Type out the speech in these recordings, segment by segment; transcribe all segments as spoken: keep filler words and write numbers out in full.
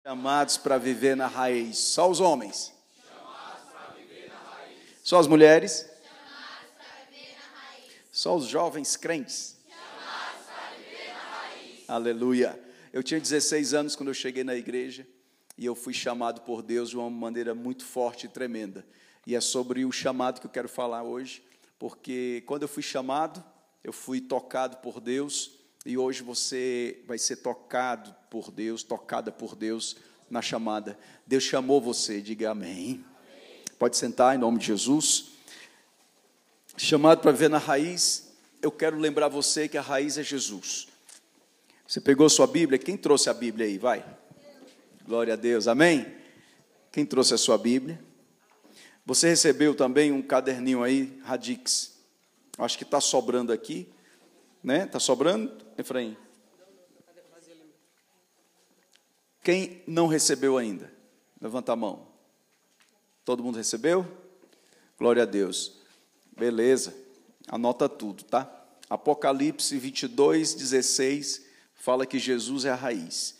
Chamados para viver na raiz. Só os homens. Chamados para viver na raiz. Só as mulheres. Chamados para viver na raiz. Só os jovens crentes. Chamados para viver na raiz. Aleluia. Eu tinha dezesseis anos quando eu cheguei na igreja e eu fui chamado por Deus de uma maneira muito forte e tremenda. E é sobre o chamado que eu quero falar hoje, porque quando eu fui chamado, eu fui tocado por Deus. E hoje você vai ser tocado por Deus, tocada por Deus na chamada. Deus chamou você, diga amém. Amém. Pode sentar em nome de Jesus. Chamado para viver na raiz, eu quero lembrar você que a raiz é Jesus. Você pegou sua Bíblia? Quem trouxe a Bíblia aí? Vai. Glória a Deus, amém? Quem trouxe a sua Bíblia? Você recebeu também um caderninho aí, Radix. Acho que está sobrando aqui. Né? Está sobrando, Efraim? Quem não recebeu ainda? Levanta a mão. Todo mundo recebeu? Glória a Deus. Beleza. Anota tudo, tá? Apocalipse vinte e dois, dezesseis, fala que Jesus é a raiz.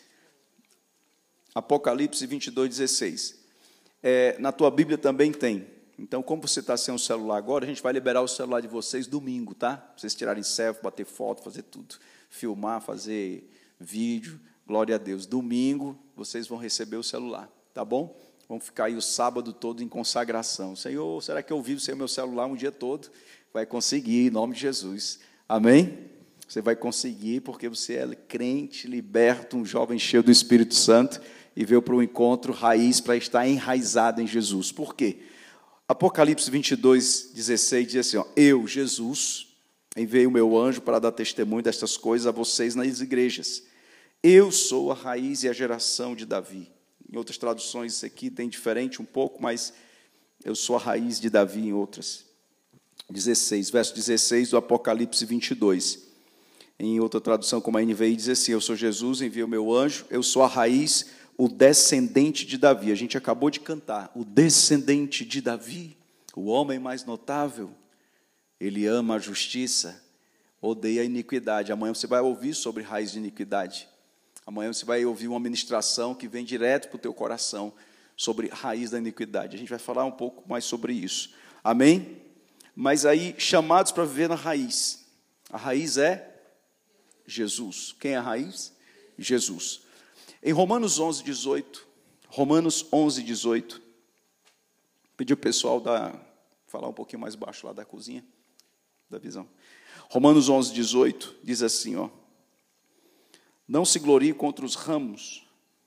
Apocalipse vinte e dois, dezesseis. É, na tua Bíblia também tem. Então, como você está sem o celular agora, a gente vai liberar o celular de vocês domingo, tá? Pra vocês tirarem selfie, bater foto, fazer tudo. Filmar, fazer vídeo. Glória a Deus. Domingo, vocês vão receber o celular, tá bom? Vamos ficar aí o sábado todo em consagração. Senhor, será que eu vivo sem o meu celular um dia todo? Vai conseguir, em nome de Jesus. Amém? Você vai conseguir, porque você é crente, liberto, um jovem cheio do Espírito Santo, e veio para o encontro raiz para estar enraizado em Jesus. Por quê? Apocalipse vinte e dois, dezesseis diz assim, ó, eu, Jesus, enviei o meu anjo para dar testemunho destas coisas a vocês nas igrejas. Eu sou a raiz e a geração de Davi. Em outras traduções isso aqui tem diferente um pouco, mas eu sou a raiz de Davi em outras. dezesseis, verso dezesseis do Apocalipse vinte e dois. Em outra tradução, como a N V I, diz assim, eu sou Jesus, enviei o meu anjo, eu sou a raiz, o descendente de Davi. A gente acabou de cantar. O descendente de Davi, o homem mais notável. Ele ama a justiça, odeia a iniquidade. Amanhã você vai ouvir sobre raiz de iniquidade. Amanhã você vai ouvir uma ministração que vem direto para o teu coração sobre raiz da iniquidade. A gente vai falar um pouco mais sobre isso. Amém? Mas aí, chamados para viver na raiz. A raiz é Jesus. Quem é a raiz? Jesus. Em Romanos onze, dezoito, Romanos onze, dezoito, pedi o pessoal da, falar um pouquinho mais baixo lá da cozinha, da visão. Romanos onze, dezoito, diz assim, ó, não se glorie contra os ramos,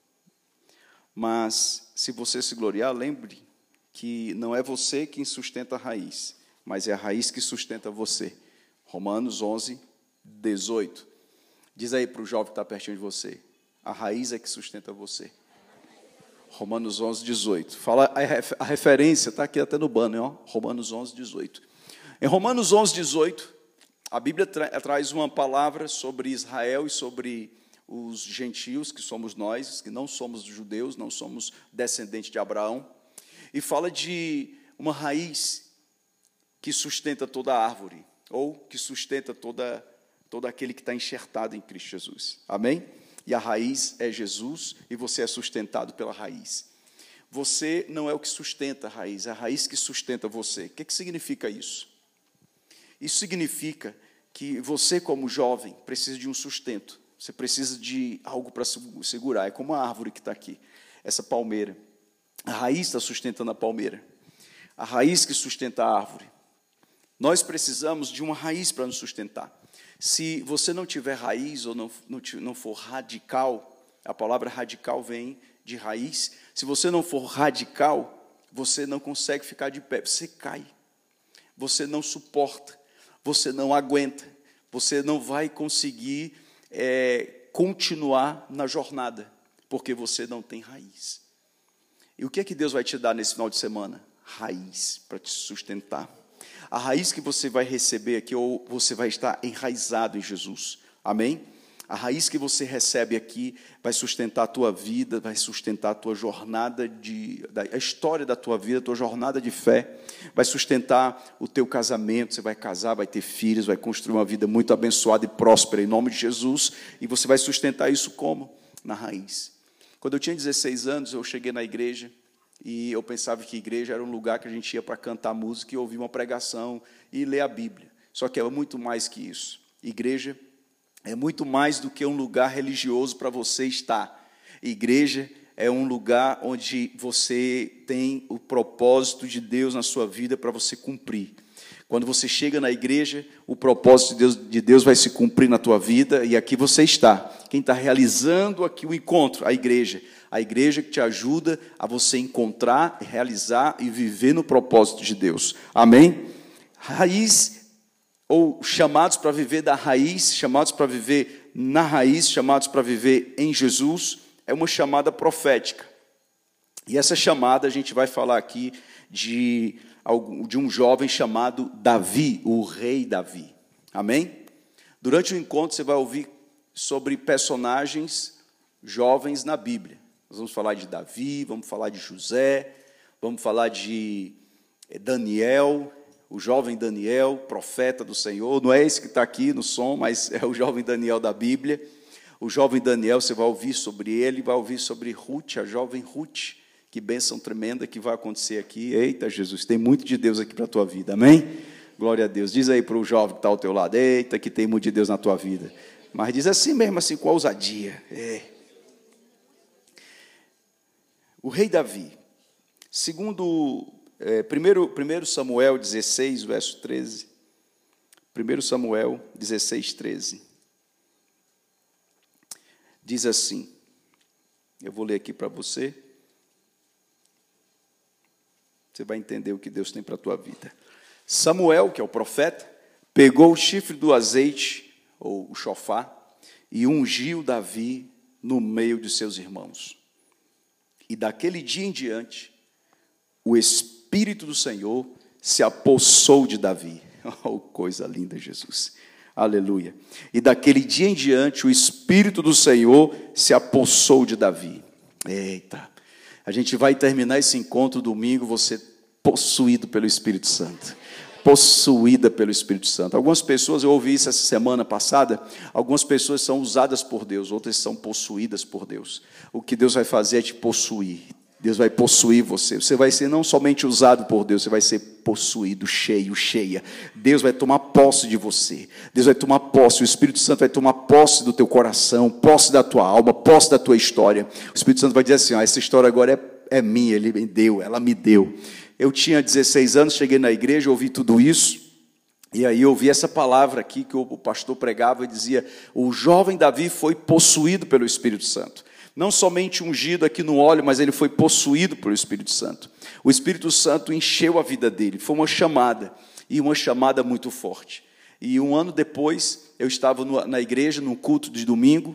mas se você se gloriar, lembre que não é você quem sustenta a raiz, mas é a raiz que sustenta você. Romanos onze, dezoito. Diz aí para o jovem que está pertinho de você. A raiz é que sustenta você. Romanos onze, dezoito. Fala a referência, está aqui até no banner, ó. Romanos onze, dezoito. Em Romanos onze, dezoito, a Bíblia tra traz uma palavra sobre Israel e sobre os gentios, que somos nós, que não somos judeus, não somos descendentes de Abraão, e fala de uma raiz que sustenta toda a árvore, ou que sustenta toda, todo aquele que está enxertado em Cristo Jesus. Amém? E a raiz é Jesus, e você é sustentado pela raiz. Você não é o que sustenta a raiz, é a raiz que sustenta você. O que, que significa isso? Isso significa que você, como jovem, precisa de um sustento. Você precisa de algo para segurar. É como a árvore que está aqui, essa palmeira. A raiz está sustentando a palmeira. A raiz que sustenta a árvore. Nós precisamos de uma raiz para nos sustentar. Se você não tiver raiz ou não, não, não for radical, a palavra radical vem de raiz. Se você não for radical, você não consegue ficar de pé, você cai. Você não suporta, você não aguenta, você não vai conseguir é, continuar na jornada, porque você não tem raiz. E o que é que Deus vai te dar nesse final de semana? Raiz para te sustentar. A raiz que você vai receber aqui, ou você vai estar enraizado em Jesus. Amém? A raiz que você recebe aqui vai sustentar a tua vida, vai sustentar a tua jornada, de, a história da tua vida, a tua jornada de fé, vai sustentar o teu casamento, você vai casar, vai ter filhos, vai construir uma vida muito abençoada e próspera, em nome de Jesus, e você vai sustentar isso como? Na raiz. Quando eu tinha dezesseis anos, eu cheguei na igreja e eu pensava que a igreja era um lugar que a gente ia para cantar música e ouvir uma pregação e ler a Bíblia. Só que é muito mais que isso. Igreja é muito mais do que um lugar religioso para você estar. Igreja é um lugar onde você tem o propósito de Deus na sua vida para você cumprir. Quando você chega na igreja, o propósito de Deus, de Deus vai se cumprir na tua vida, e aqui você está. Quem está realizando aqui o encontro? A igreja. A igreja que te ajuda a você encontrar, realizar e viver no propósito de Deus. Amém? Raiz, ou chamados para viver da raiz, chamados para viver na raiz, chamados para viver em Jesus, é uma chamada profética. E essa chamada a gente vai falar aqui de... de um jovem chamado Davi, o rei Davi. Amém? Durante o encontro você vai ouvir sobre personagens jovens na Bíblia. Nós vamos falar de Davi, vamos falar de José, vamos falar de Daniel, o jovem Daniel, profeta do Senhor. Não é esse que está aqui no som, mas é o jovem Daniel da Bíblia. O jovem Daniel, você vai ouvir sobre ele, vai ouvir sobre Ruth, a jovem Ruth. Que bênção tremenda que vai acontecer aqui. Eita, Jesus, tem muito de Deus aqui para a tua vida, amém? Glória a Deus. Diz aí para o jovem que está ao teu lado, eita, que tem muito de Deus na tua vida. Mas diz assim mesmo, assim, com ousadia. É. O rei Davi, segundo é, primeiro Samuel dezesseis, verso treze. primeiro Samuel dezesseis, treze. Diz assim, eu vou ler aqui para você. Você vai entender o que Deus tem para a tua vida. Samuel, que é o profeta, pegou o chifre do azeite, ou o chofar, e ungiu Davi no meio de seus irmãos. E daquele dia em diante, o Espírito do Senhor se apossou de Davi. Oh, coisa linda, Jesus. Aleluia. E daquele dia em diante, o Espírito do Senhor se apossou de Davi. Eita. A gente vai terminar esse encontro domingo, você possuído pelo Espírito Santo. Possuída pelo Espírito Santo. Algumas pessoas, eu ouvi isso essa semana passada, algumas pessoas são usadas por Deus, outras são possuídas por Deus. O que Deus vai fazer é te possuir. Deus vai possuir você. Você vai ser não somente usado por Deus, você vai ser possuído, cheio, cheia. Deus vai tomar posse de você. Deus vai tomar posse, o Espírito Santo vai tomar posse do teu coração, posse da tua alma, posse da tua história. O Espírito Santo vai dizer assim, ah, essa história agora é, é minha, ele me deu, ela me deu. Eu tinha dezesseis anos, cheguei na igreja, ouvi tudo isso, e aí eu ouvi essa palavra aqui que o pastor pregava e dizia, o jovem Davi foi possuído pelo Espírito Santo. Não somente ungido aqui no óleo, mas ele foi possuído pelo Espírito Santo. O Espírito Santo encheu a vida dele. Foi uma chamada, e uma chamada muito forte. E um ano depois, eu estava na igreja, num culto de domingo,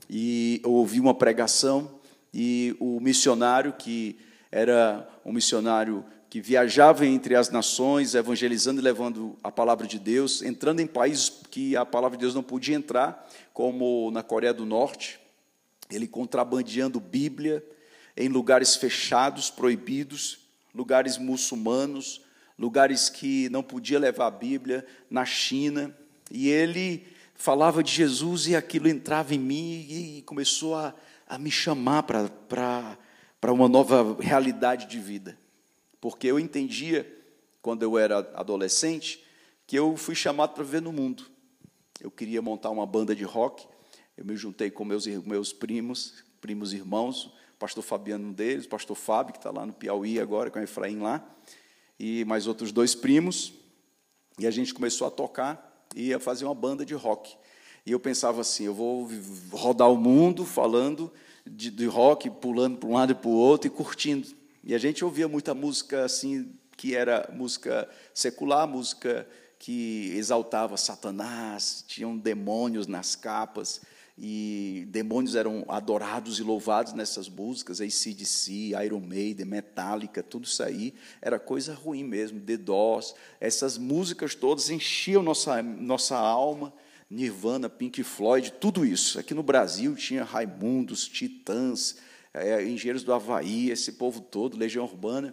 e eu ouvi uma pregação, e o missionário, que era um missionário que viajava entre as nações, evangelizando e levando a palavra de Deus, entrando em países que a palavra de Deus não podia entrar, como na Coreia do Norte, ele contrabandeando Bíblia em lugares fechados, proibidos, lugares muçulmanos, lugares que não podia levar a Bíblia, na China, e ele falava de Jesus e aquilo entrava em mim e começou a, a me chamar para para uma nova realidade de vida, porque eu entendia, quando eu era adolescente, que eu fui chamado para viver no mundo. Eu queria montar uma banda de rock. Eu me juntei com meus, meus primos, primos irmãos, o pastor Fabiano, um deles, o pastor Fábio, que está lá no Piauí agora, com o Efraim lá, e mais outros dois primos, e a gente começou a tocar e ia fazer uma banda de rock. E eu pensava assim, eu vou rodar o mundo falando de, de rock, pulando para um lado e para o outro e curtindo. E a gente ouvia muita música assim, que era música secular, música que exaltava Satanás, tinham demônios nas capas, e demônios eram adorados e louvados nessas músicas, A C D C, Iron Maiden, Metallica, tudo isso aí era coisa ruim mesmo, The Doors, essas músicas todas enchiam nossa, nossa alma, Nirvana, Pink Floyd, tudo isso. Aqui no Brasil tinha Raimundos, Titãs, é, Engenheiros do Havaí, esse povo todo, Legião Urbana,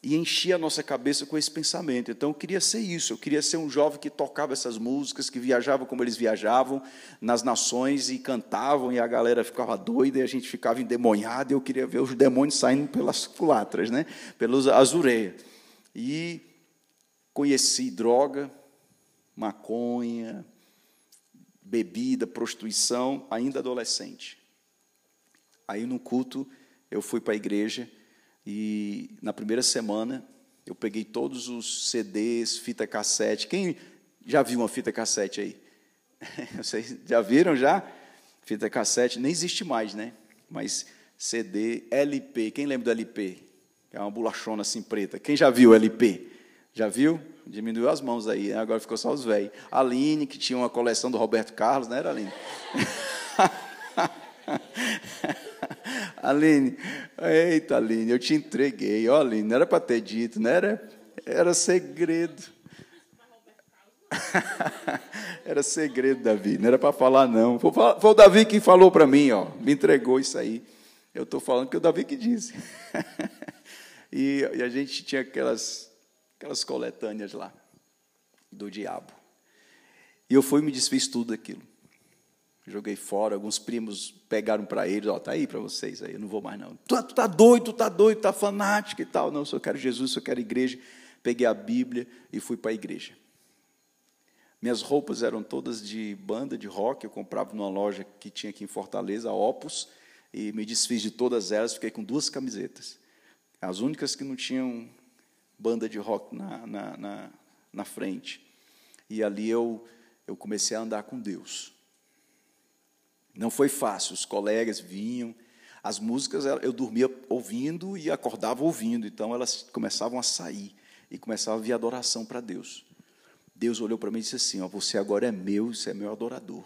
e enchia a nossa cabeça com esse pensamento. Então, eu queria ser isso, eu queria ser um jovem que tocava essas músicas, que viajava como eles viajavam, nas nações, e cantavam, e a galera ficava doida, e a gente ficava endemoniado, e eu queria ver os demônios saindo pelas culatras, né? Pelas azureias. E conheci droga, maconha, bebida, prostituição, ainda adolescente. Aí, no culto, eu fui para a igreja, e, na primeira semana, eu peguei todos os C Ds, fita cassete. Quem já viu uma fita cassete aí? Vocês já viram, já? Fita cassete, nem existe mais, né? Mas C D, L P, quem lembra do L P? É uma bolachona assim preta. Quem já viu L P? Já viu? Diminuiu as mãos aí, né? Agora ficou só os velhos. A Aline, que tinha uma coleção do Roberto Carlos, não era, Aline? Aline, eita, Aline, eu te entreguei. Ó, Aline, não era para ter dito, não era? Era segredo. Era segredo, Davi, não era para falar, não. Foi, foi o Davi que falou para mim, ó, me entregou isso aí. Eu estou falando que é o Davi que disse. e, e a gente tinha aquelas, aquelas coletâneas lá, do diabo. E eu fui e me desfiz tudo aquilo. Joguei fora, alguns primos pegaram para eles, ó, tá aí para vocês, aí, eu não vou mais não. Tu, tu tá doido, tu tá doido, tá fanático e tal. Não, eu só quero Jesus, eu só quero igreja. Peguei a Bíblia e fui para a igreja. Minhas roupas eram todas de banda, de rock, eu comprava numa loja que tinha aqui em Fortaleza, a Opus, e me desfiz de todas elas, fiquei com duas camisetas. As únicas que não tinham banda de rock na, na, na, na frente. E ali eu, eu comecei a andar com Deus. Não foi fácil, os colegas vinham, as músicas eu dormia ouvindo e acordava ouvindo, então elas começavam a sair e começava a vir adoração para Deus. Deus olhou para mim e disse assim, ó, você agora é meu, você é meu adorador.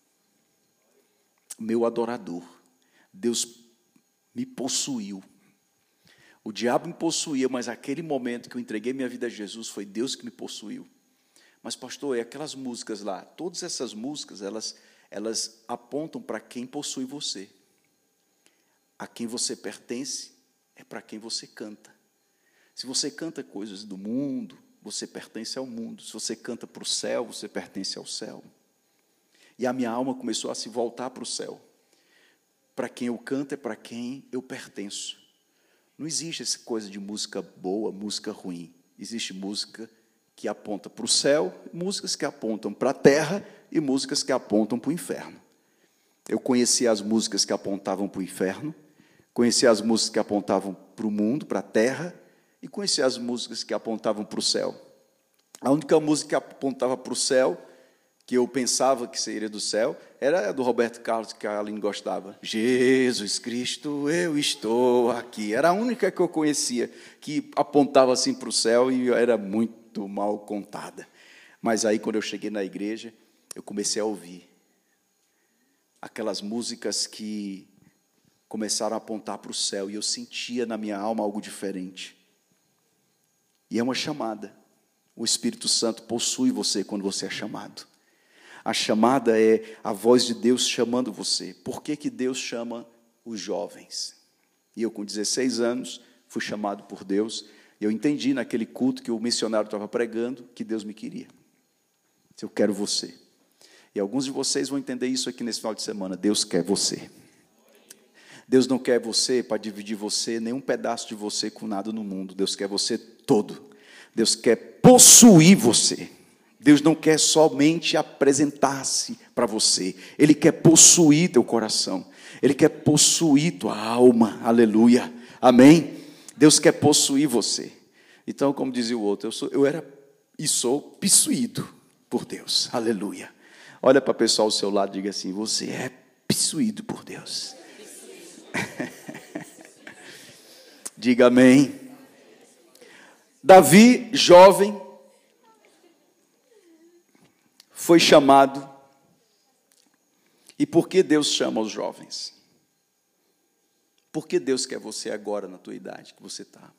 Meu adorador. Deus me possuiu. O diabo me possuía, mas aquele momento que eu entreguei minha vida a Jesus, foi Deus que me possuiu. Mas, pastor, e aquelas músicas lá? Todas essas músicas, elas... elas apontam para quem possui você. A quem você pertence é para quem você canta. Se você canta coisas do mundo, você pertence ao mundo. Se você canta para o céu, você pertence ao céu. E a minha alma começou a se voltar para o céu. Para quem eu canto é para quem eu pertenço. Não existe essa coisa de música boa, música ruim. Existe música que aponta para o céu, músicas que apontam para a terra e músicas que apontam para o inferno. Eu conhecia as músicas que apontavam para o inferno, conhecia as músicas que apontavam para o mundo, para a terra, e conhecia as músicas que apontavam para o céu. A única música que apontava para o céu, que eu pensava que seria do céu, era a do Roberto Carlos, que a Aline gostava. Jesus Cristo, eu estou aqui. Era a única que eu conhecia, que apontava assim para o céu e era muito mal contada. Mas aí, quando eu cheguei na igreja, eu comecei a ouvir aquelas músicas que começaram a apontar para o céu, e eu sentia na minha alma algo diferente. E é uma chamada. O Espírito Santo possui você quando você é chamado. A chamada é a voz de Deus chamando você. Por que que Deus chama os jovens? E eu, com dezesseis anos, fui chamado por Deus, e eu entendi naquele culto que o missionário estava pregando, que Deus me queria. Eu quero você. E alguns de vocês vão entender isso aqui nesse final de semana. Deus quer você. Deus não quer você para dividir você, nenhum pedaço de você com nada no mundo. Deus quer você todo. Deus quer possuir você. Deus não quer somente apresentar-se para você. Ele quer possuir teu coração. Ele quer possuir tua alma. Aleluia. Amém? Deus quer possuir você. Então, como dizia o outro, eu, sou, eu era e sou possuído por Deus. Aleluia. Olha para o pessoal ao seu lado e diga assim, você é possuído por Deus. Diga amém. Davi, jovem, foi chamado. E por que Deus chama os jovens? Por que Deus quer você agora, na tua idade que você está?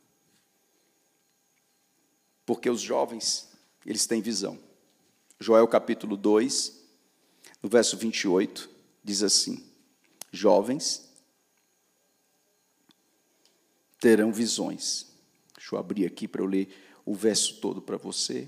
Porque os jovens, eles têm visão. Joel capítulo dois, no verso vinte e oito, diz assim, jovens terão visões. Deixa eu abrir aqui para eu ler o verso todo para você.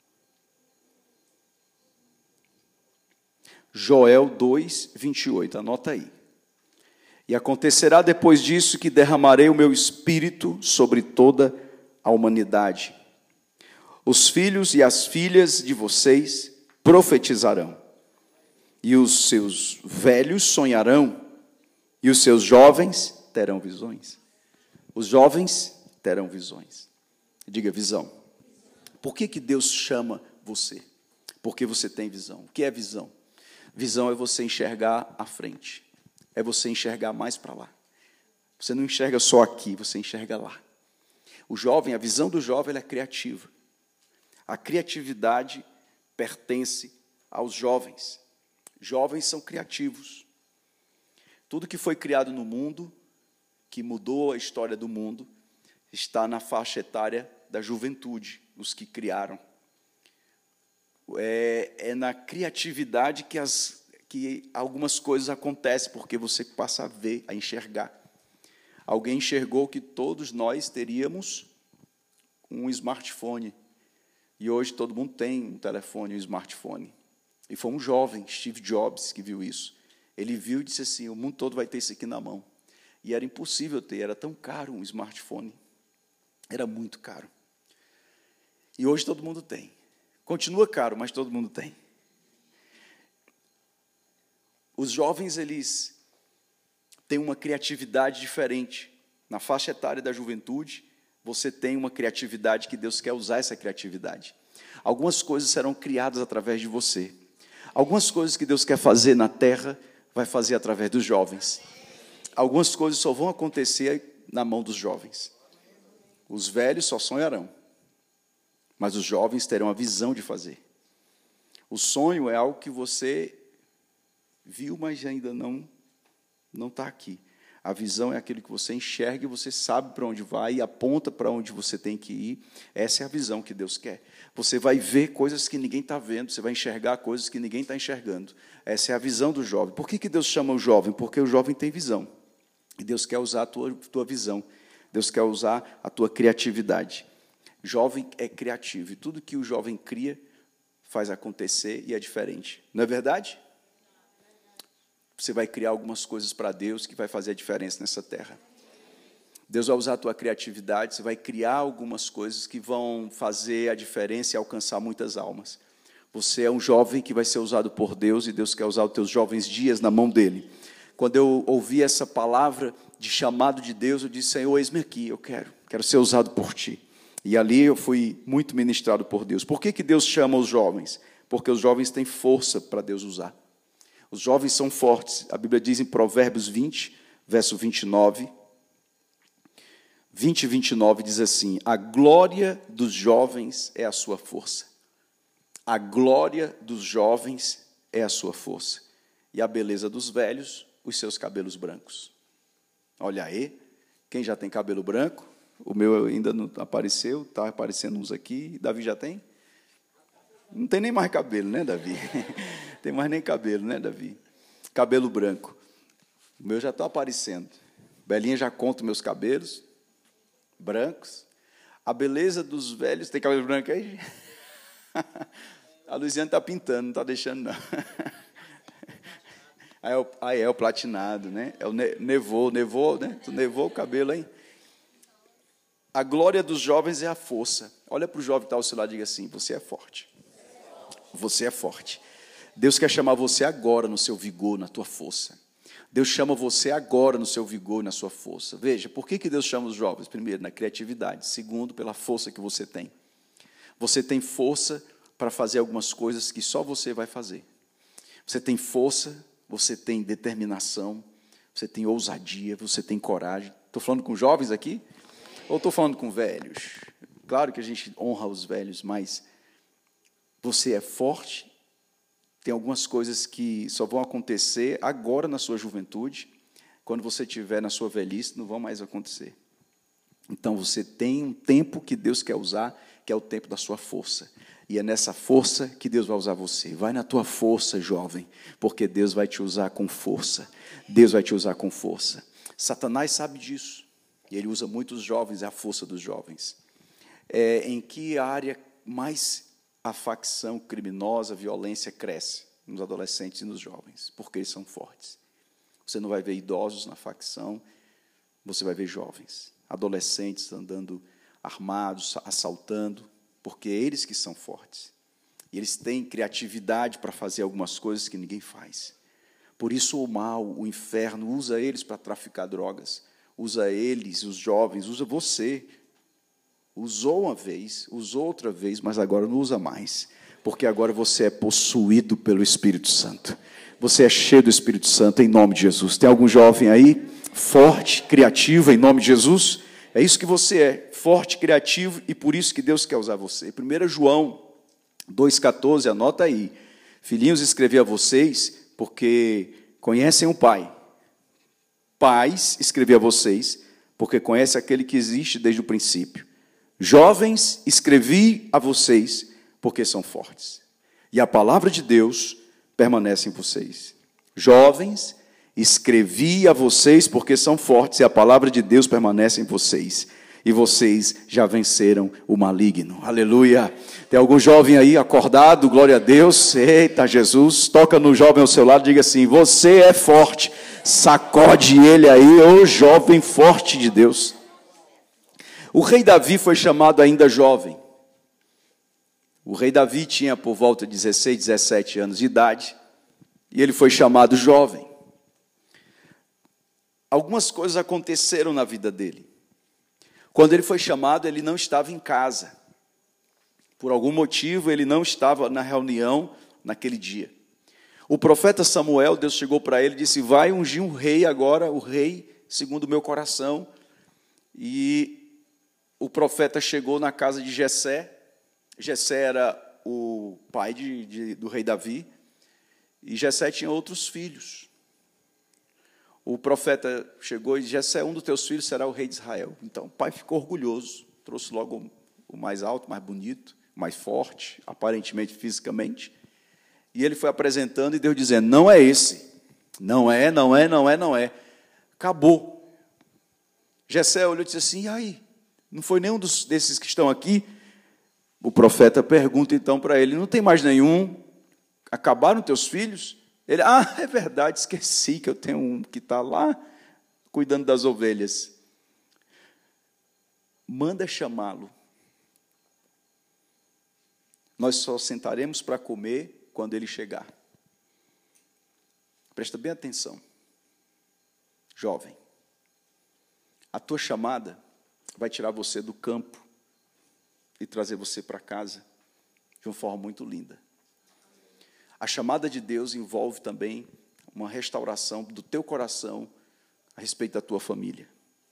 Joel dois, vinte e oito, anota aí. E acontecerá depois disso que derramarei o meu espírito sobre toda a humanidade. Os filhos e as filhas de vocês profetizarão, e os seus velhos sonharão, e os seus jovens terão visões. Os jovens terão visões. Diga visão. Por que que Deus chama você? Porque você tem visão. O que é visão? Visão é você enxergar à frente. É você enxergar mais para lá. Você não enxerga só aqui, você enxerga lá. O jovem, a visão do jovem, ela é criativa. A criatividade pertence aos jovens. Jovens são criativos. Tudo que foi criado no mundo, que mudou a história do mundo, está na faixa etária da juventude, os que criaram. É, é na criatividade que, as, que algumas coisas acontecem, porque você passa a ver, a enxergar. Alguém enxergou que todos nós teríamos um smartphone, e hoje todo mundo tem um telefone, um smartphone. E foi um jovem, Steve Jobs, que viu isso. Ele viu e disse assim, o mundo todo vai ter isso aqui na mão. E era impossível ter, era tão caro um smartphone. Era muito caro. E hoje todo mundo tem. Continua caro, mas todo mundo tem. Os jovens, eles têm uma criatividade diferente. Na faixa etária da juventude, você tem uma criatividade que Deus quer usar essa criatividade. Algumas coisas serão criadas através de você. Algumas coisas que Deus quer fazer na terra, vai fazer através dos jovens. Algumas coisas só vão acontecer na mão dos jovens. Os velhos só sonharão, mas os jovens terão a visão de fazer. O sonho é algo que você viu, mas ainda não não está aqui. A visão é aquilo que você enxerga e você sabe para onde vai e aponta para onde você tem que ir. Essa é a visão que Deus quer. Você vai ver coisas que ninguém está vendo, você vai enxergar coisas que ninguém está enxergando. Essa é a visão do jovem. Por que que Deus chama o jovem? Porque o jovem tem visão. E Deus quer usar a tua, tua visão. Deus quer usar a tua criatividade. Jovem é criativo. E tudo que o jovem cria faz acontecer e é diferente. Não é verdade? Você vai criar algumas coisas para Deus que vai fazer a diferença nessa terra. Deus vai usar a tua criatividade, você vai criar algumas coisas que vão fazer a diferença e alcançar muitas almas. Você é um jovem que vai ser usado por Deus e Deus quer usar os teus jovens dias na mão dele. Quando eu ouvi essa palavra de chamado de Deus, eu disse, Senhor, eis-me aqui, eu quero, quero ser usado por Ti. E ali eu fui muito ministrado por Deus. Por que que Deus chama os jovens? Porque os jovens têm força para Deus usar. Os jovens são fortes. A Bíblia diz em Provérbios vinte, verso vinte e nove. vinte e vinte e nove diz assim, a glória dos jovens é a sua força. A glória dos jovens é a sua força. E a beleza dos velhos, os seus cabelos brancos. Olha aí, quem já tem cabelo branco? O meu ainda não apareceu, está aparecendo uns aqui. Davi já tem? Não tem nem mais cabelo, né, Davi? Tem mais nem cabelo, né, Davi? Cabelo branco. O meu já está aparecendo. Belinha já conta meus cabelos brancos. A beleza dos velhos... Tem cabelo branco aí? A Luiziane está pintando, não está deixando, não. Aí é, o, aí é o platinado, né? É o ne, nevou, nevou, né? Tu nevou o cabelo, hein? A glória dos jovens é a força. Olha para o jovem que está ao seu lado e diga assim, você é forte. Você é forte. Deus quer chamar você agora no seu vigor, na tua força. Deus chama você agora no seu vigor, na sua força. Veja, por que que Deus chama os jovens? Primeiro, na criatividade. Segundo, pela força que você tem. Você tem força para fazer algumas coisas que só você vai fazer. Você tem força, você tem determinação, você tem ousadia, você tem coragem. Estou falando com jovens aqui? Ou estou falando com velhos? Claro que a gente honra os velhos, mas você é forte. Tem algumas coisas que só vão acontecer agora na sua juventude, quando você estiver na sua velhice, não vão mais acontecer. Então, você tem um tempo que Deus quer usar, que é o tempo da sua força. E é nessa força que Deus vai usar você. Vai na tua força, jovem, porque Deus vai te usar com força. Deus vai te usar com força. Satanás sabe disso. E ele usa muitos jovens, é a força dos jovens. é, em que área mais a facção criminosa, a violência cresce? Nos adolescentes e nos jovens, porque eles são fortes. Você não vai ver idosos na facção, você vai ver jovens, adolescentes andando armados, assaltando, porque é eles que são fortes. E eles têm criatividade para fazer algumas coisas que ninguém faz. Por isso o mal, o inferno, usa eles para traficar drogas, usa eles, os jovens, usa você. Usou uma vez, usou outra vez, mas agora não usa mais, porque agora você é possuído pelo Espírito Santo. Você é cheio do Espírito Santo, em nome de Jesus. Tem algum jovem aí, forte, criativo, em nome de Jesus? É isso que você é, forte, criativo, e por isso que Deus quer usar você. primeiro João dois, catorze, anota aí. Filhinhos, escrevi a vocês, porque conhecem o Pai. Pais, escrevi a vocês, porque conhecem aquele que existe desde o princípio. Jovens, escrevi a vocês, porque são fortes. E a palavra de Deus permanece em vocês. Jovens, escrevi a vocês, porque são fortes, e a palavra de Deus permanece em vocês. E vocês já venceram o maligno. Aleluia. Tem algum jovem aí acordado? Glória a Deus. Eita, Jesus. Toca no jovem ao seu lado, diga assim: você é forte. Sacode ele aí, ô jovem forte de Deus. O rei Davi foi chamado ainda jovem. O rei Davi tinha por volta de dezesseis, dezessete anos de idade, e ele foi chamado jovem. Algumas coisas aconteceram na vida dele. Quando ele foi chamado, ele não estava em casa. Por algum motivo, ele não estava na reunião naquele dia. O profeta Samuel, Deus chegou para ele e disse: vai ungir um rei agora, o rei segundo o meu coração. E o profeta chegou na casa de Jessé. Jessé era o pai de, de, do rei Davi, e Jessé tinha outros filhos. O profeta chegou e disse: Jessé, um dos teus filhos será o rei de Israel. Então o pai ficou orgulhoso, trouxe logo o mais alto, mais bonito, mais forte, aparentemente, fisicamente, e ele foi apresentando, e Deus dizendo: não é esse, não é, não é, não é, não é. Acabou. Jessé olhou e disse assim: e aí? Não foi nenhum dos, desses que estão aqui? O profeta pergunta então para ele: não tem mais nenhum? Acabaram teus filhos? Ele: ah, é verdade, esqueci que eu tenho um que está lá cuidando das ovelhas. Manda chamá-lo. Nós só sentaremos para comer quando ele chegar. Presta bem atenção, jovem. A tua chamada vai tirar você do campo e trazer você para casa de uma forma muito linda. A chamada de Deus envolve também uma restauração do teu coração a respeito da tua família.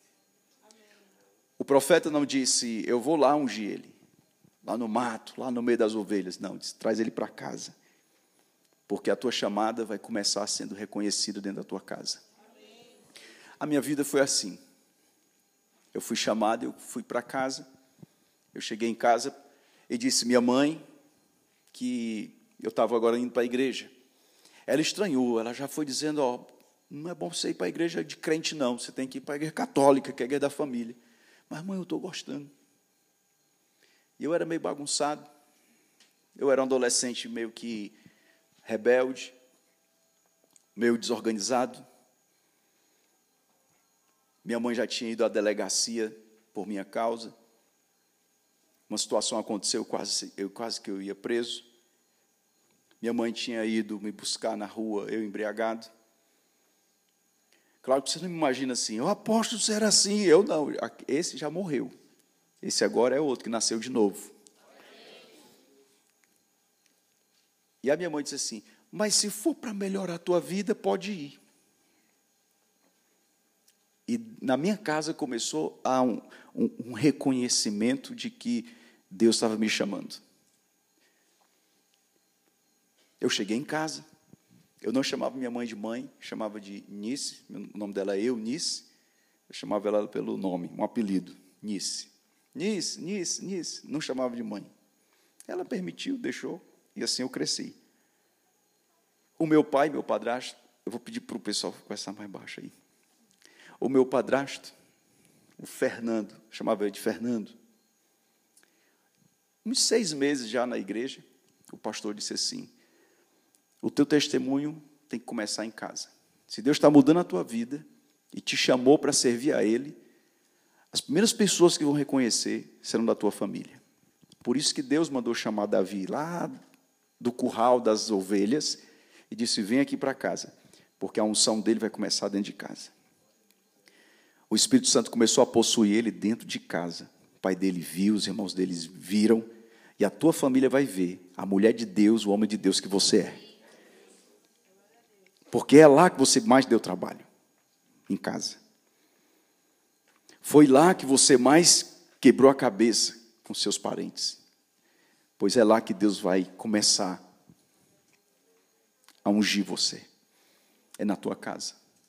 O profeta não disse: eu vou lá ungir ele, lá no mato, lá no meio das ovelhas. Não, disse: traz ele para casa, porque a tua chamada vai começar sendo reconhecida dentro da tua casa. A minha vida foi assim. Eu fui chamado, eu fui para casa. Eu cheguei em casa e disse minha mãe que eu estava agora indo para a igreja. Ela estranhou, ela já foi dizendo: ó, não é bom você ir para a igreja de crente, não. Você tem que ir para a igreja católica, que é a igreja da família. Mas, mãe, eu estou gostando. E eu era meio bagunçado. Eu era um adolescente meio que rebelde, meio desorganizado. Minha mãe já tinha ido à delegacia por minha causa. Uma situação aconteceu, quase, eu, quase que eu ia preso. Minha mãe tinha ido me buscar na rua, eu embriagado. Claro que você não me imagina assim: eu aposto que você era assim. Eu não, esse já morreu. Esse agora é outro, que nasceu de novo. E a minha mãe disse assim: mas se for para melhorar a tua vida, pode ir. E na minha casa começou a um, um, um reconhecimento de que Deus estava me chamando. Eu cheguei em casa, eu não chamava minha mãe de mãe, chamava de Nice, o nome dela é Eunice, eu chamava ela pelo nome, um apelido, Nice. Nice, Nice, Nice, não chamava de mãe. Ela permitiu, deixou, e assim eu cresci. O meu pai, meu padrasto, eu vou pedir para o pessoal conversar mais baixo aí. O meu padrasto, o Fernando, chamava ele de Fernando, uns seis meses já na igreja, o pastor disse assim, o teu testemunho tem que começar em casa. Se Deus está mudando a tua vida e te chamou para servir a Ele, as primeiras pessoas que vão reconhecer serão da tua família. Por isso que Deus mandou chamar Davi lá do curral das ovelhas e disse, vem aqui para casa, porque a unção dele vai começar dentro de casa. O Espírito Santo começou a possuir ele dentro de casa. O pai dele viu, os irmãos deles viram, e a tua família vai ver a mulher de Deus, o homem de Deus que você é. Porque é lá que você mais deu trabalho, em casa. Foi lá que você mais quebrou a cabeça com seus parentes. Pois é lá que Deus vai começar a ungir você. É na tua casa.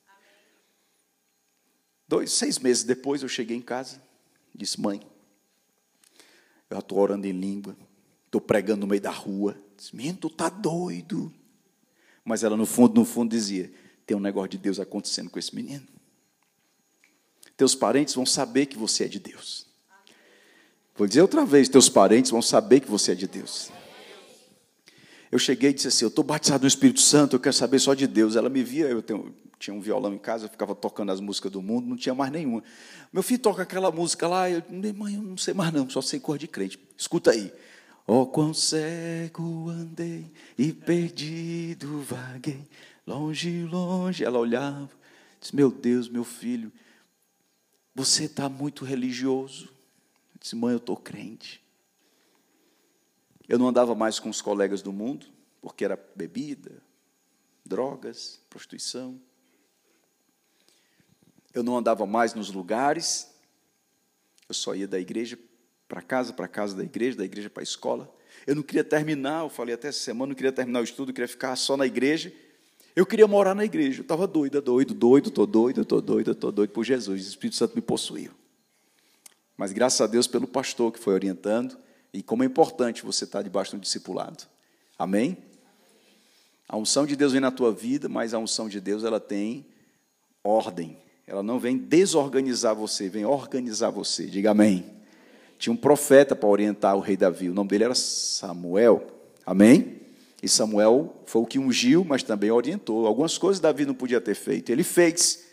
Dois, seis meses depois eu cheguei em casa, disse, mãe, eu estou orando em língua, estou pregando no meio da rua. Disse, menino, tu está doido. Mas ela, no fundo, no fundo, dizia, tem um negócio de Deus acontecendo com esse menino. Teus parentes vão saber que você é de Deus. Vou dizer outra vez, teus parentes vão saber que você é de Deus. Eu cheguei e disse assim, eu estou batizado no Espírito Santo, eu quero saber só de Deus. Ela me via, eu tenho, tinha um violão em casa, eu ficava tocando as músicas do mundo, não tinha mais nenhuma. Meu filho toca aquela música lá, eu, mãe, eu não sei mais não, só sei cor de crente. Escuta aí. Oh, quão cego andei e perdido vaguei, longe, longe. Ela olhava, disse, meu Deus, meu filho, você está muito religioso. Eu disse, mãe, eu estou crente. Eu não andava mais com os colegas do mundo, porque era bebida, drogas, prostituição. Eu não andava mais nos lugares, eu só ia da igreja para casa, para casa da igreja, da igreja para a escola. Eu não queria terminar, eu falei até essa semana, não queria terminar o estudo, eu queria ficar só na igreja. Eu queria morar na igreja, eu estava doido, doido, doido, estou doido, estou doido, estou doido por Jesus. O Espírito Santo me possuiu. Mas graças a Deus pelo pastor que foi orientando, e como é importante você estar debaixo de um discipulado. Amém? A unção de Deus vem na tua vida, mas a unção de Deus ela tem ordem. Ela não vem desorganizar você, vem organizar você. Diga amém. Tinha um profeta para orientar o rei Davi, o nome dele era Samuel, amém? E Samuel foi o que ungiu, mas também orientou. Algumas coisas Davi não podia ter feito, ele fez.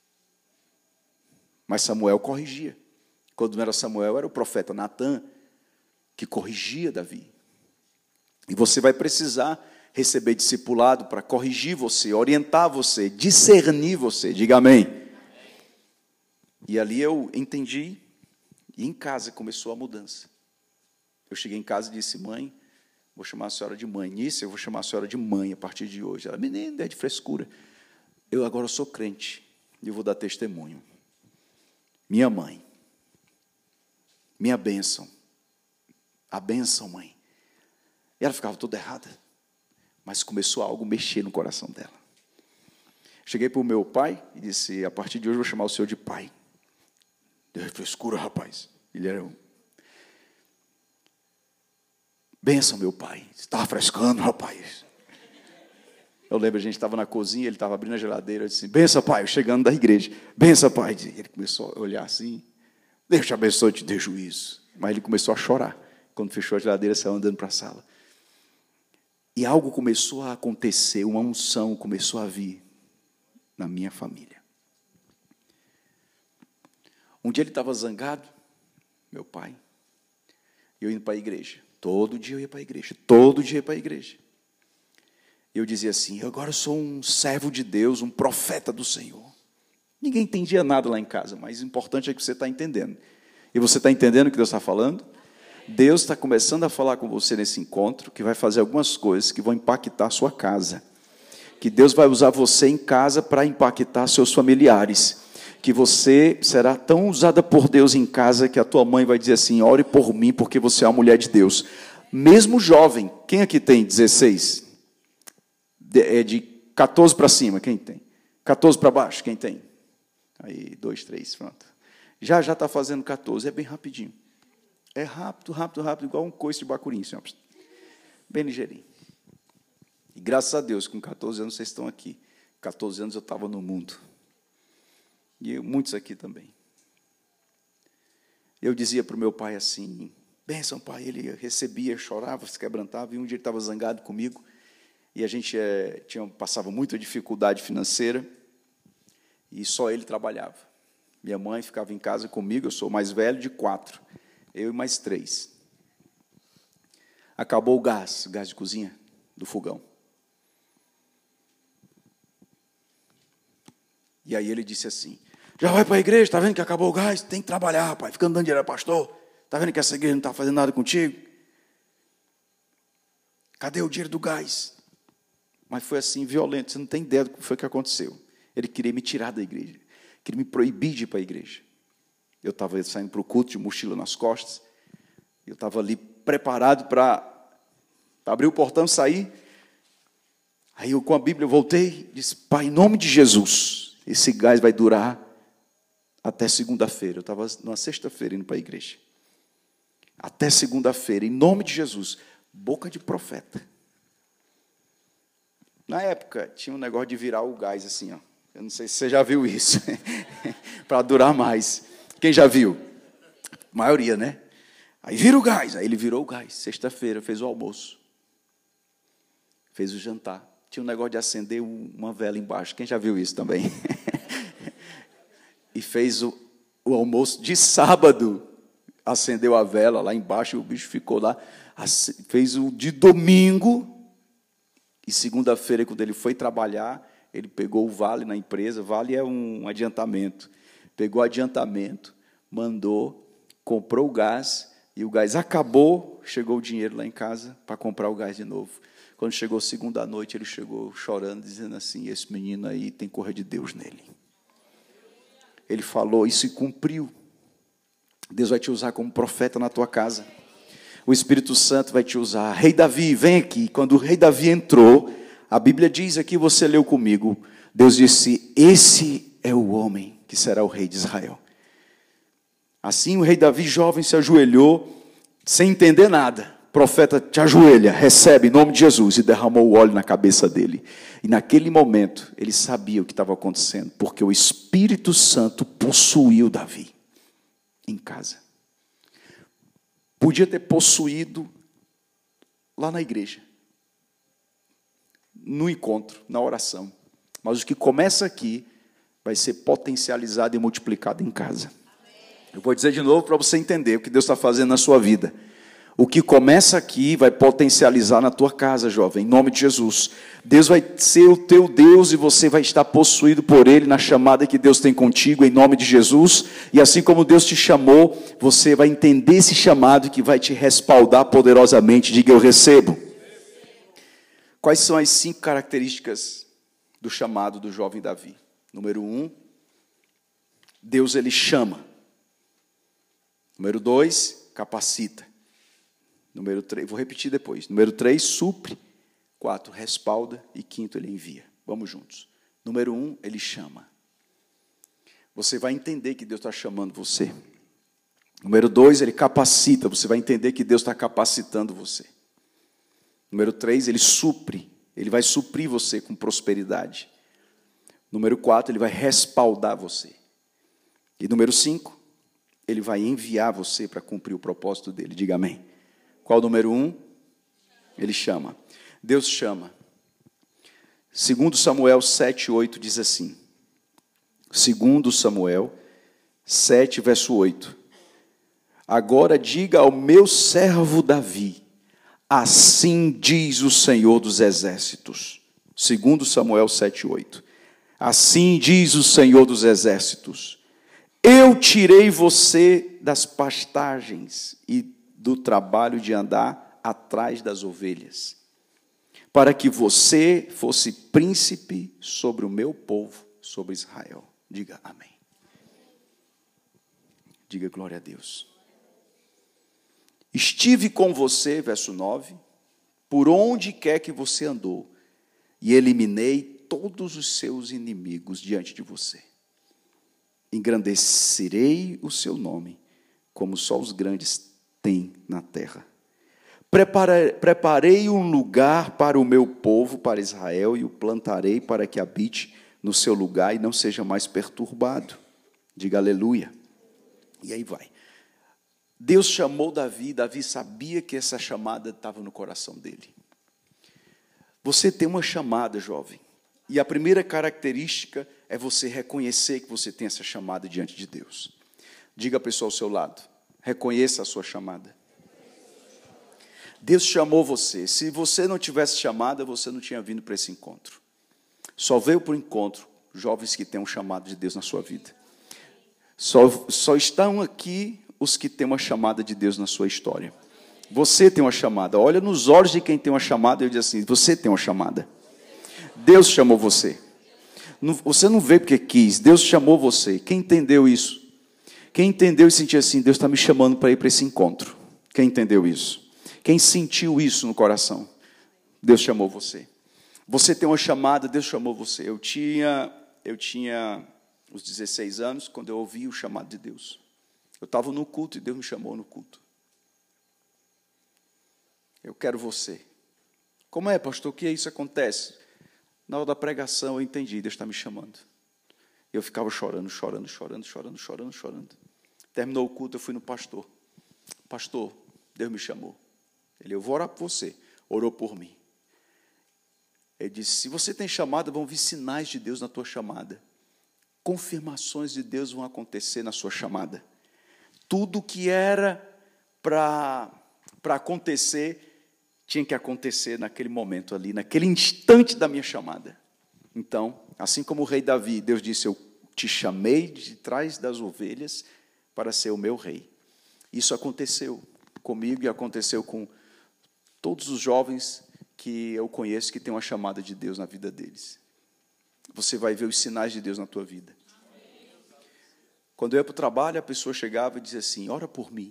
Mas Samuel corrigia. Quando não era Samuel, era o profeta Natã, que corrigia Davi. E você vai precisar receber discipulado para corrigir você, orientar você, discernir você, diga amém. Amém. E ali eu entendi. E em casa começou a mudança. Eu cheguei em casa e disse, mãe, vou chamar a senhora de mãe. Nisso eu vou chamar a senhora de mãe a partir de hoje. Ela, menina, é de frescura. Eu agora sou crente e eu vou dar testemunho. Minha mãe, minha bênção, a bênção, mãe. E ela ficava toda errada, mas começou algo a mexer no coração dela. Cheguei para o meu pai e disse, a partir de hoje eu vou chamar o senhor de pai. Deu frescura, rapaz. Ele era um... Benção, meu pai. Você estava frescando, rapaz. Eu lembro, a gente estava na cozinha, ele estava abrindo a geladeira. Eu disse, benção, pai, eu chegando da igreja. Benção, pai. Ele começou a olhar assim. Deus te abençoe, te dê juízo. Mas ele começou a chorar. Quando fechou a geladeira, saiu andando para a sala. E algo começou a acontecer, uma unção começou a vir na minha família. Um dia ele estava zangado, meu pai, e eu indo para a igreja. Todo dia eu ia para a igreja, todo dia eu ia para a igreja. E eu dizia assim, eu agora sou um servo de Deus, um profeta do Senhor. Ninguém entendia nada lá em casa, mas o importante é que você está entendendo. E você está entendendo o que Deus está falando? Deus está começando a falar com você nesse encontro, que vai fazer algumas coisas que vão impactar a sua casa. Que Deus vai usar você em casa para impactar seus familiares. Que você será tão usada por Deus em casa que a tua mãe vai dizer assim, ore por mim porque você é uma mulher de Deus. Mesmo jovem, quem aqui tem dezesseis? É de quatorze para cima, quem tem? quatorze para baixo, quem tem? Aí, dois, três, pronto. Já, já está fazendo quatorze, é bem rapidinho. É rápido, rápido, rápido, igual um coice de bacurim, senhor. Bem ligeirinho. E graças a Deus, com quatorze anos vocês estão aqui. quatorze anos eu estava no mundo. E muitos aqui também. Eu dizia para o meu pai assim, Bênção, pai. Ele recebia, chorava, se quebrantava, e um dia ele estava zangado comigo, e a gente é, tinha, passava muita dificuldade financeira, e só ele trabalhava. Minha mãe ficava em casa comigo, eu sou o mais velho de quatro, eu e mais três. Acabou o gás, o gás de cozinha do fogão. E aí ele disse assim, já vai para a igreja, está vendo que acabou o gás? Tem que trabalhar, pai, ficando dando dinheiro, pastor. Está vendo que essa igreja não está fazendo nada contigo? Cadê o dinheiro do gás? Mas foi assim, violento, você não tem ideia do que foi que aconteceu. Ele queria me tirar da igreja, queria me proibir de ir para a igreja. Eu estava saindo para o culto de mochila nas costas, eu estava ali preparado para abrir o portão e sair. Aí eu, com a Bíblia, eu voltei e disse, pai, em nome de Jesus, esse gás vai durar até segunda-feira. Eu estava na sexta-feira indo para a igreja. Até segunda-feira, em nome de Jesus. Boca de profeta. Na época, tinha um negócio de virar o gás assim, ó. Eu não sei se você já viu isso. Para durar mais. Quem já viu? A maioria, né? Aí vira o gás. Aí ele virou o gás. Sexta-feira, fez o almoço. Fez o jantar. Tinha um negócio de acender uma vela embaixo. Quem já viu isso também? E fez o, o almoço de sábado. Acendeu a vela lá embaixo e o bicho ficou lá. Fez o de domingo. E segunda-feira, quando ele foi trabalhar, ele pegou o vale na empresa. Vale é um adiantamento. Pegou o adiantamento, mandou, comprou o gás. E o gás acabou. Chegou o dinheiro lá em casa para comprar o gás de novo. Quando chegou segunda noite, ele chegou chorando, dizendo assim, esse menino aí tem cor de Deus nele. Ele falou, isso se cumpriu. Deus vai te usar como profeta na tua casa. O Espírito Santo vai te usar. Rei Davi, vem aqui. Quando o rei Davi entrou, a Bíblia diz aqui, você leu comigo, Deus disse, esse é o homem que será o rei de Israel. Assim o rei Davi, jovem, se ajoelhou, sem entender nada. O profeta te ajoelha, recebe em nome de Jesus, e derramou o óleo na cabeça dele. E naquele momento, ele sabia o que estava acontecendo, porque o Espírito Santo possuiu Davi em casa. Podia ter possuído lá na igreja, no encontro, na oração. Mas o que começa aqui vai ser potencializado e multiplicado em casa. Eu vou dizer de novo para você entender o que Deus está fazendo na sua vida. O que começa aqui vai potencializar na tua casa, jovem, em nome de Jesus. Deus vai ser o teu Deus e você vai estar possuído por Ele na chamada que Deus tem contigo, em nome de Jesus. E assim como Deus te chamou, você vai entender esse chamado que vai te respaldar poderosamente. Diga, eu recebo. Quais são as cinco características do chamado do jovem Davi? Número um, Deus ele chama. Número dois, capacita. Número três, vou repetir depois. Número três, supre. Quatro, respalda. E quinto, ele envia. Vamos juntos. Número um, ele chama. Você vai entender que Deus está chamando você. Número dois, ele capacita. Você vai entender que Deus está capacitando você. Número três, ele supre. Ele vai suprir você com prosperidade. Número quatro, ele vai respaldar você. E número cinco, ele vai enviar você para cumprir o propósito dele. Diga amém. Qual o número um? Ele chama. Deus chama. Segundo Samuel sete, oito diz assim. Segundo Samuel sete, verso oito. Agora diga ao meu servo Davi, assim diz o Senhor dos Exércitos. Segundo Samuel sete, oito. Assim diz o Senhor dos Exércitos. Eu tirei você das pastagens e do trabalho de andar atrás das ovelhas, para que você fosse príncipe sobre o meu povo, sobre Israel. Diga amém. Diga glória a Deus. Estive com você, verso nove, por onde quer que você andou, e eliminei todos os seus inimigos diante de você. Engrandecerei o seu nome, como só os grandes têm na terra. Preparei, preparei um lugar para o meu povo, para Israel, e o plantarei para que habite no seu lugar e não seja mais perturbado. Diga aleluia. E aí vai. Deus chamou Davi, Davi sabia que essa chamada estava no coração dele. Você tem uma chamada, jovem, e a primeira característica é você reconhecer que você tem essa chamada diante de Deus. Diga a pessoa ao seu lado, reconheça a sua chamada. Deus chamou você. Se você não tivesse chamada, você não tinha vindo para esse encontro. Só veio para o encontro jovens que têm um chamado de Deus na sua vida. Só, só estão aqui os que têm uma chamada de Deus na sua história. Você tem uma chamada. Olha nos olhos de quem tem uma chamada e diz assim, você tem uma chamada. Deus chamou você. Você não veio porque quis, Deus chamou você. Quem entendeu isso? Quem entendeu e sentiu assim, Deus está me chamando para ir para esse encontro. Quem entendeu isso? Quem sentiu isso no coração? Deus chamou você. Você tem uma chamada, Deus chamou você. Eu tinha, eu tinha os dezesseis anos quando eu ouvi o chamado de Deus. Eu estava no culto e Deus me chamou no culto. Eu quero você. Como é, pastor? O que é isso acontece? Na hora da pregação eu entendi, Deus está me chamando. Eu ficava chorando, chorando, chorando, chorando, chorando, chorando. Terminou o culto, eu fui no pastor. Pastor, Deus me chamou. Ele, eu vou orar por você. Orou por mim. Ele disse, se você tem chamada, vão vir sinais de Deus na tua chamada. Confirmações de Deus vão acontecer na sua chamada. Tudo que era para para acontecer, tinha que acontecer naquele momento ali, naquele instante da minha chamada. Então, assim como o rei Davi, Deus disse, eu te chamei de trás das ovelhas para ser o meu rei. Isso aconteceu comigo e aconteceu com todos os jovens que eu conheço que têm uma chamada de Deus na vida deles. Você vai ver os sinais de Deus na tua vida. Quando eu ia para o trabalho, a pessoa chegava e dizia assim, ora por mim.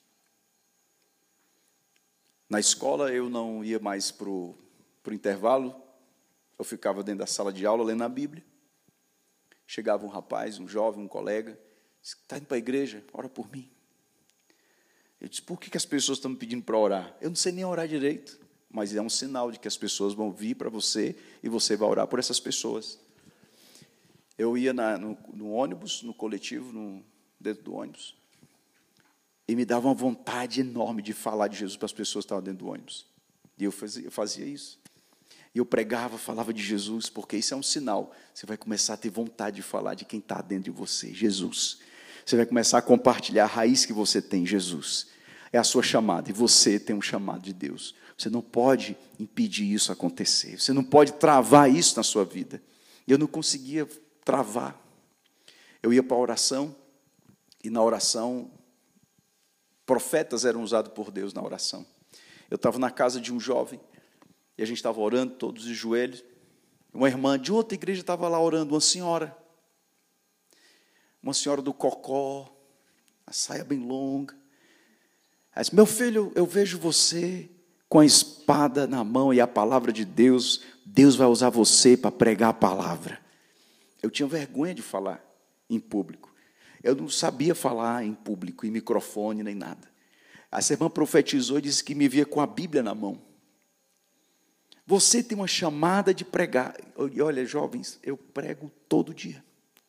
Na escola, eu não ia mais para o intervalo, eu ficava dentro da sala de aula, lendo a Bíblia. Chegava um rapaz, um jovem, um colega, disse, está indo para a igreja? Ora por mim. Eu disse, por que as pessoas estão me pedindo para orar? Eu não sei nem orar direito, mas é um sinal de que as pessoas vão vir para você e você vai orar por essas pessoas. Eu ia na, no, no ônibus, no coletivo, no, dentro do ônibus, e me dava uma vontade enorme de falar de Jesus para as pessoas que estavam dentro do ônibus. E eu fazia, eu fazia isso. E eu pregava, falava de Jesus, porque isso é um sinal. Você vai começar a ter vontade de falar de quem está dentro de você, Jesus. Você vai começar a compartilhar a raiz que você tem, Jesus. É a sua chamada, e você tem um chamado de Deus. Você não pode impedir isso acontecer. Você não pode travar isso na sua vida. Eu não conseguia travar. Eu ia para a oração, e na oração, profetas eram usados por Deus na oração. Eu estava na casa de um jovem, e a gente estava orando, todos de joelhos. Uma irmã de outra igreja estava lá orando, uma senhora. Uma senhora do cocó, a saia bem longa. Ela disse, meu filho, eu vejo você com a espada na mão e a palavra de Deus. Deus vai usar você para pregar a palavra. Eu tinha vergonha de falar em público. Eu não sabia falar em público, em microfone, nem nada. Essa irmã profetizou e disse que me via com a Bíblia na mão. Você tem uma chamada de pregar. E olha, jovens, eu prego todo dia.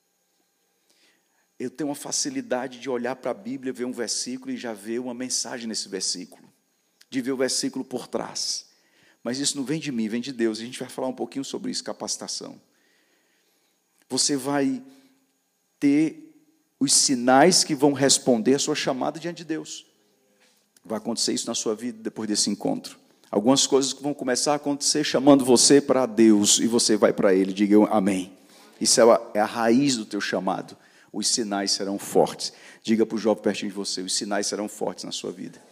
Eu tenho uma facilidade de olhar para a Bíblia, ver um versículo e já ver uma mensagem nesse versículo. De ver o versículo por trás. Mas isso não vem de mim, vem de Deus. A gente vai falar um pouquinho sobre isso, capacitação. Você vai ter os sinais que vão responder a sua chamada diante de Deus. Vai acontecer isso na sua vida depois desse encontro. Algumas coisas que vão começar a acontecer chamando você para Deus e você vai para Ele. Diga eu, amém. Isso é a, é a raiz do teu chamado. Os sinais serão fortes. Diga para o jovem pertinho de você, os sinais serão fortes na sua vida.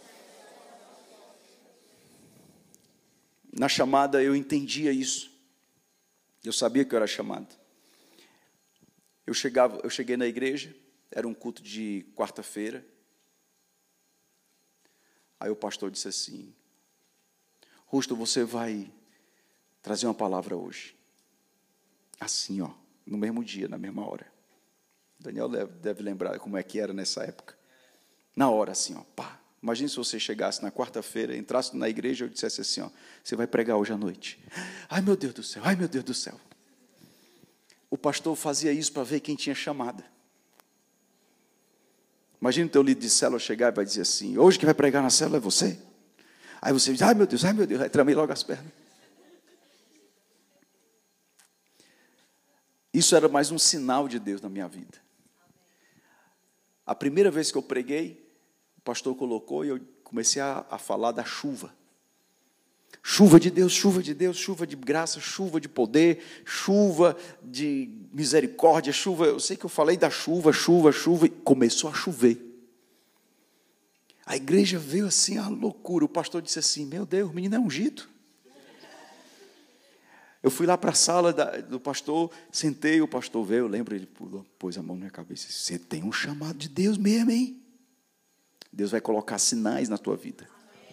Na chamada eu entendia isso. Eu sabia que eu era chamado. Eu, chegava, eu cheguei na igreja, era um culto de quarta-feira. Aí o pastor disse assim, Rusto, você vai trazer uma palavra hoje. Assim, ó, no mesmo dia, na mesma hora. Daniel deve, deve lembrar como é que era nessa época. Na hora, assim, ó, pá. Imagine se você chegasse na quarta-feira, entrasse na igreja e eu dissesse assim, ó, você vai pregar hoje à noite. Ai, meu Deus do céu, ai, meu Deus do céu. O pastor fazia isso para ver quem tinha chamada. Imagina o teu líder de célula chegar e vai dizer assim: hoje quem vai pregar na célula é você. Aí você diz: ai meu Deus, ai meu Deus, aí tramei logo as pernas. Isso era mais um sinal de Deus na minha vida. A primeira vez que eu preguei, o pastor colocou e eu comecei a, a falar da chuva. Chuva de Deus, chuva de Deus, chuva de graça, chuva de poder, chuva de misericórdia, chuva. Eu sei que eu falei da chuva, chuva, chuva, e começou a chover. A igreja veio assim, a loucura. O pastor disse assim: meu Deus, o menino é ungido. Eu fui lá para a sala da, do pastor, sentei, o pastor veio, eu lembro, ele pulou, pôs a mão na minha cabeça e disse: você tem um chamado de Deus mesmo, hein? Deus vai colocar sinais na tua vida.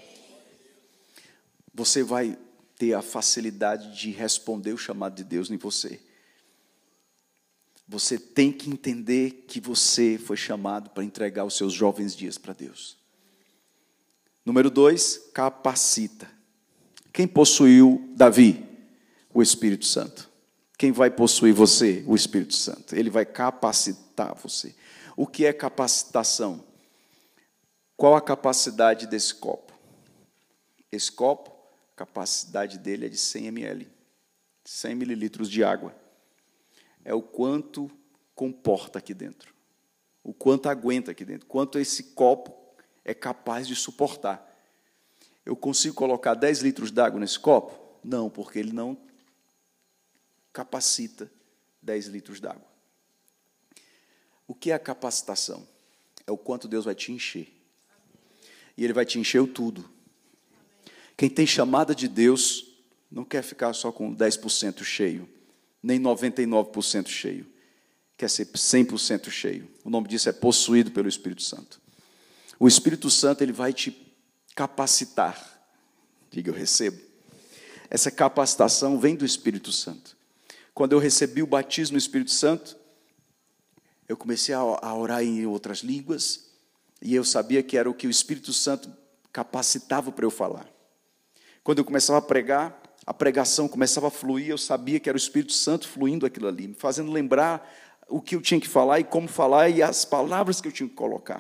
Você vai ter a facilidade de responder o chamado de Deus em você. Você tem que entender que você foi chamado para entregar os seus jovens dias para Deus. Número dois, capacita. Quem possuiu Davi? O Espírito Santo. Quem vai possuir você? O Espírito Santo. Ele vai capacitar você. O que é capacitação? Qual a capacidade desse copo? Esse copo, a capacidade dele é de cem mililitros. cem mililitros de água. É o quanto comporta aqui dentro. O quanto aguenta aqui dentro. Quanto esse copo é capaz de suportar. Eu consigo colocar dez litros d'água nesse copo? Não, porque ele não capacita dez litros d'água. O que é a capacitação? É o quanto Deus vai te encher. E Ele vai te encher o tudo. Quem tem chamada de Deus não quer ficar só com dez por cento cheio, nem noventa e nove por cento cheio. Quer ser cem por cento cheio. O nome disso é possuído pelo Espírito Santo. O Espírito Santo, ele vai te capacitar. Diga, eu recebo. Essa capacitação vem do Espírito Santo. Quando eu recebi o batismo no Espírito Santo, eu comecei a orar em outras línguas, e eu sabia que era o que o Espírito Santo capacitava para eu falar. Quando eu começava a pregar, a pregação começava a fluir, eu sabia que era o Espírito Santo fluindo aquilo ali, me fazendo lembrar o que eu tinha que falar e como falar e as palavras que eu tinha que colocar.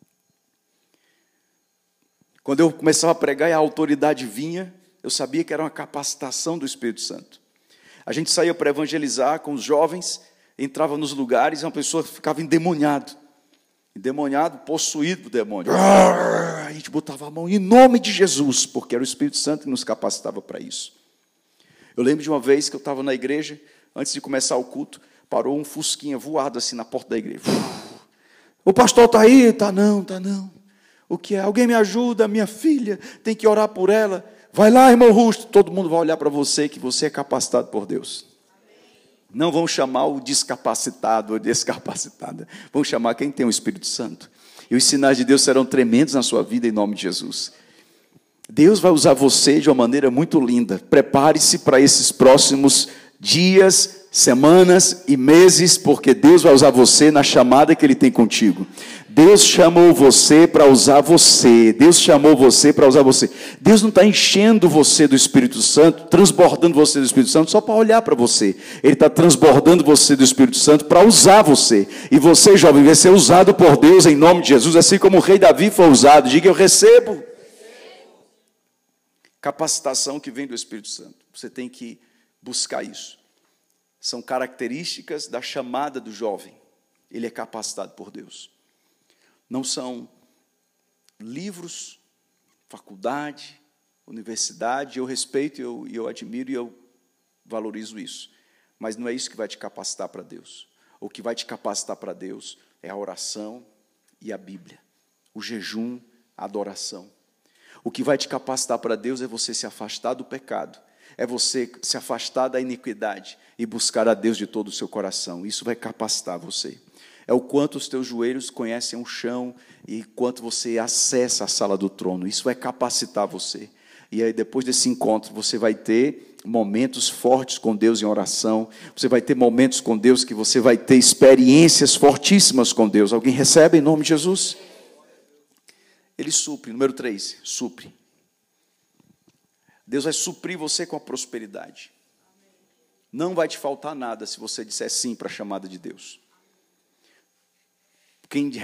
Quando eu começava a pregar e a autoridade vinha, eu sabia que era uma capacitação do Espírito Santo. A gente saía para evangelizar com os jovens, entrava nos lugares e uma pessoa ficava endemoniado. Endemoniado, possuído por demônio. A gente botava a mão em nome de Jesus, porque era o Espírito Santo que nos capacitava para isso. Eu lembro de uma vez que eu estava na igreja, antes de começar o culto, parou um fusquinha voado assim na porta da igreja. O pastor está aí? Está não, está não. O que é? Alguém me ajuda, minha filha, tem que orar por ela. Vai lá, irmão Rusto, todo mundo vai olhar para você, que você é capacitado por Deus. Não vão chamar o descapacitado ou descapacitada, vão chamar quem tem o Espírito Santo. E os sinais de Deus serão tremendos na sua vida, em nome de Jesus. Deus vai usar você de uma maneira muito linda. Prepare-se para esses próximos dias, semanas e meses, porque Deus vai usar você na chamada que Ele tem contigo. Deus chamou você para usar você. Deus chamou você para usar você. Deus não está enchendo você do Espírito Santo, transbordando você do Espírito Santo só para olhar para você. Ele está transbordando você do Espírito Santo para usar você. E você, jovem, vai ser usado por Deus em nome de Jesus, assim como o rei Davi foi usado. Diga, eu recebo. recebo. Capacitação que vem do Espírito Santo. Você tem que buscar isso. São características da chamada do jovem. Ele é capacitado por Deus. Não são livros, faculdade, universidade. Eu respeito, eu, eu admiro e eu valorizo isso. Mas não é isso que vai te capacitar para Deus. O que vai te capacitar para Deus é a oração e a Bíblia. O jejum, a adoração. O que vai te capacitar para Deus é você se afastar do pecado. É você se afastar da iniquidade e buscar a Deus de todo o seu coração. Isso vai capacitar você. É o quanto os teus joelhos conhecem o chão e quanto você acessa a sala do trono. Isso vai capacitar você. E aí, depois desse encontro, você vai ter momentos fortes com Deus em oração. Você vai ter momentos com Deus que você vai ter experiências fortíssimas com Deus. Alguém recebe em nome de Jesus? Ele supre. Número três, supre. Deus vai suprir você com a prosperidade. Não vai te faltar nada se você disser sim para a chamada de Deus. Quem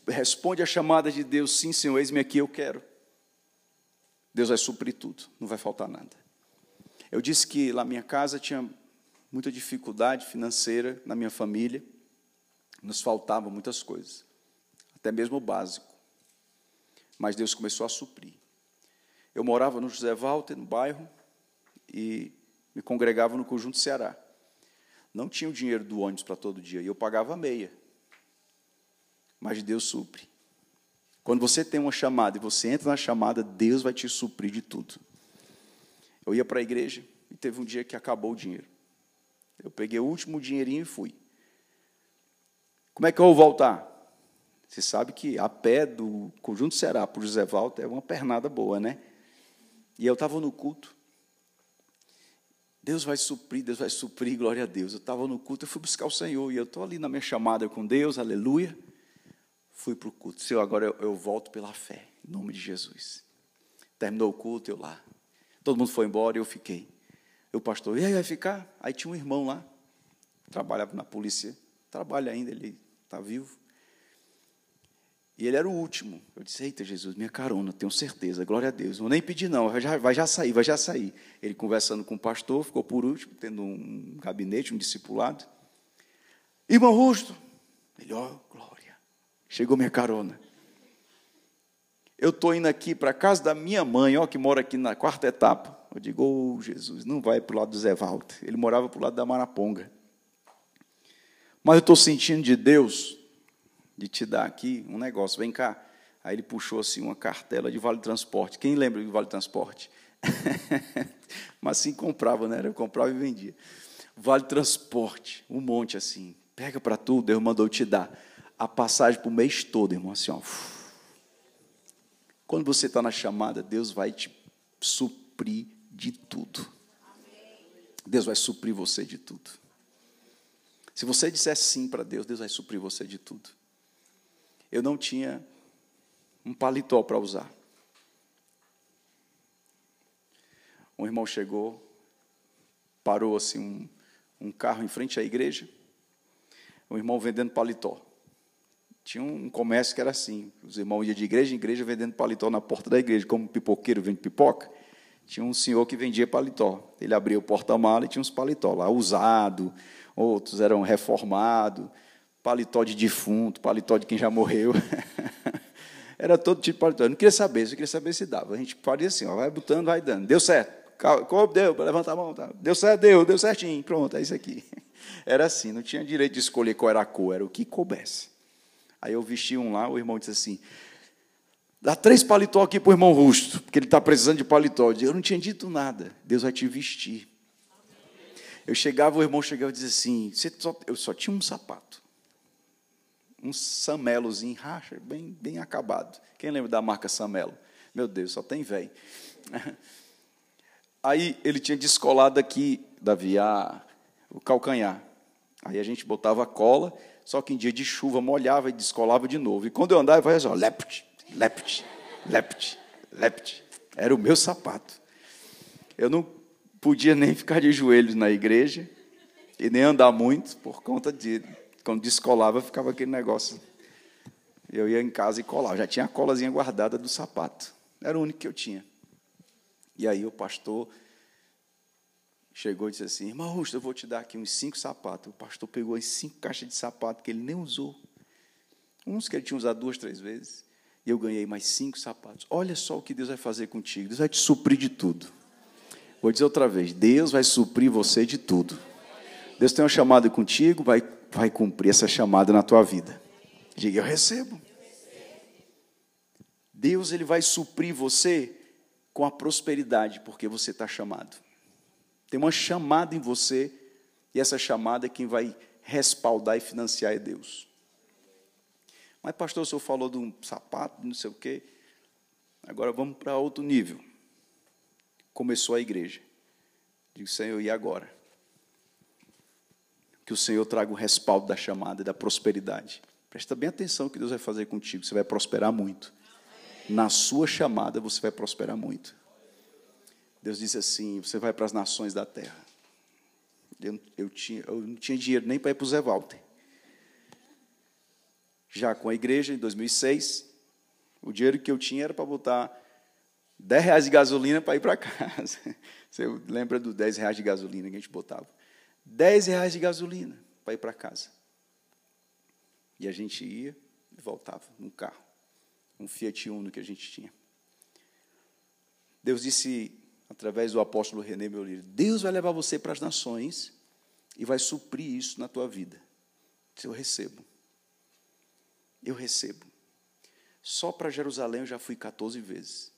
responde a chamada de Deus, sim, Senhor, eis-me aqui, eu quero. Deus vai suprir tudo, não vai faltar nada. Eu disse que lá na minha casa tinha muita dificuldade financeira, na minha família, nos faltavam muitas coisas, até mesmo o básico. Mas Deus começou a suprir. Eu morava no José Walter, no bairro, e me congregava no Conjunto Ceará. Não tinha o dinheiro do ônibus para todo dia, e eu pagava meia. Mas Deus supre. Quando você tem uma chamada e você entra na chamada, Deus vai te suprir de tudo. Eu ia para a igreja e teve um dia que acabou o dinheiro. Eu peguei o último dinheirinho e fui. Como é que eu vou voltar? Você sabe que a pé do Conjunto Ceará para o José Walter é uma pernada boa, né? E eu estava no culto. Deus vai suprir, Deus vai suprir, glória a Deus. Eu estava no culto, eu fui buscar o Senhor, e eu estou ali na minha chamada com Deus, aleluia. Fui para o culto. Senhor, agora eu, eu volto pela fé, em nome de Jesus. Terminou o culto, eu lá. Todo mundo foi embora e eu fiquei. Eu, pastor, e aí vai ficar? Aí tinha um irmão lá, trabalhava na polícia, trabalha ainda, ele está vivo. E ele era o último. Eu disse, eita, Jesus, minha carona, tenho certeza, glória a Deus. Não vou nem pedir, não, vai já, vai já sair, vai já sair. Ele conversando com o pastor, ficou por último, tendo um gabinete, um discipulado. Irmão Rusto. Ele, ó, oh, glória, chegou minha carona. Eu estou indo aqui para a casa da minha mãe, ó, que mora aqui na quarta etapa. Eu digo, oh, Jesus, não vai para o lado do Zé Walter. Ele morava para o lado da Maraponga. Mas eu estou sentindo de Deus de te dar aqui um negócio, vem cá. Aí ele puxou assim uma cartela de Vale Transporte. Quem lembra do Vale Transporte? Mas assim comprava, né? Eu comprava e vendia. Vale Transporte, um monte assim. Pega para tu, Deus mandou te dar. A passagem para o mês todo, irmão, assim, ó. Quando você está na chamada, Deus vai te suprir de tudo. Deus vai suprir você de tudo. Se você disser sim para Deus, Deus vai suprir você de tudo. Eu não tinha um paletó para usar. Um irmão chegou, parou assim um, um carro em frente à igreja, um irmão vendendo paletó. Tinha um comércio que era assim, os irmãos iam de igreja em igreja vendendo paletó na porta da igreja, como pipoqueiro vende pipoca. Tinha um senhor que vendia paletó. Ele abria o porta-mala e tinha uns paletó lá, usado, outros eram reformados, paletó de defunto, paletó de quem já morreu. Era todo tipo de paletó. Eu não queria saber, eu queria saber se dava. A gente faria assim, ó, vai botando, vai dando. Deu certo. Deu, levanta a mão. Tá. Deu certo, deu, deu certinho. Pronto, é isso aqui. Era assim, não tinha direito de escolher qual era a cor, era o que coubesse. Aí eu vesti um lá, o irmão disse assim, dá três paletó aqui para o irmão Rusto, porque ele está precisando de paletó. Eu não tinha dito nada. Deus vai te vestir. Eu chegava, o irmão chegava e dizia assim, Você só, eu só tinha um sapato. Um samelozinho, racha, bem, bem acabado. Quem lembra da marca Samelo? Meu Deus, só tem velho. Aí ele tinha descolado aqui, Davi, a, o calcanhar. Aí a gente botava a cola, só que em dia de chuva molhava e descolava de novo. E quando eu andava, eu fazia assim, lepte, lepte, lepte, lepte. Era o meu sapato. Eu não podia nem ficar de joelhos na igreja e nem andar muito por conta de... Quando descolava, ficava aquele negócio. Eu ia em casa e colava. Já tinha a colazinha guardada do sapato. Era o único que eu tinha. E aí o pastor chegou e disse assim, irmão Rusto, eu vou te dar aqui uns cinco sapatos. O pastor pegou as cinco caixas de sapato que ele nem usou. Uns que ele tinha usado duas, três vezes. E eu ganhei mais cinco sapatos. Olha só o que Deus vai fazer contigo. Deus vai te suprir de tudo. Vou dizer outra vez. Deus vai suprir você de tudo. Deus tem uma chamada contigo, vai, vai cumprir essa chamada na tua vida. Diga, eu recebo. Deus ele vai suprir você com a prosperidade, porque você está chamado. Tem uma chamada em você, e essa chamada é quem vai respaldar e financiar é Deus. Mas, pastor, o senhor falou de um sapato, não sei o quê. Agora vamos para outro nível. Começou a igreja. Digo, Senhor, e agora? Que o Senhor traga o respaldo da chamada e da prosperidade. Presta bem atenção no que Deus vai fazer contigo. Você vai prosperar muito. Na sua chamada, você vai prosperar muito. Deus disse assim, você vai para as nações da terra. Eu, eu, tinha, eu não tinha dinheiro nem para ir para o Zé Walter. já com a igreja, em dois mil e seis, o dinheiro que eu tinha era para botar dez reais de gasolina para ir para casa. Você lembra dos dez reais de gasolina que a gente botava? dez reais de gasolina para ir para casa. E a gente ia e voltava num carro, um Fiat Uno que a gente tinha. Deus disse, através do apóstolo René, meu líder, Deus vai levar você para as nações e vai suprir isso na tua vida. Eu recebo. Eu recebo. Só para Jerusalém eu já fui quatorze vezes.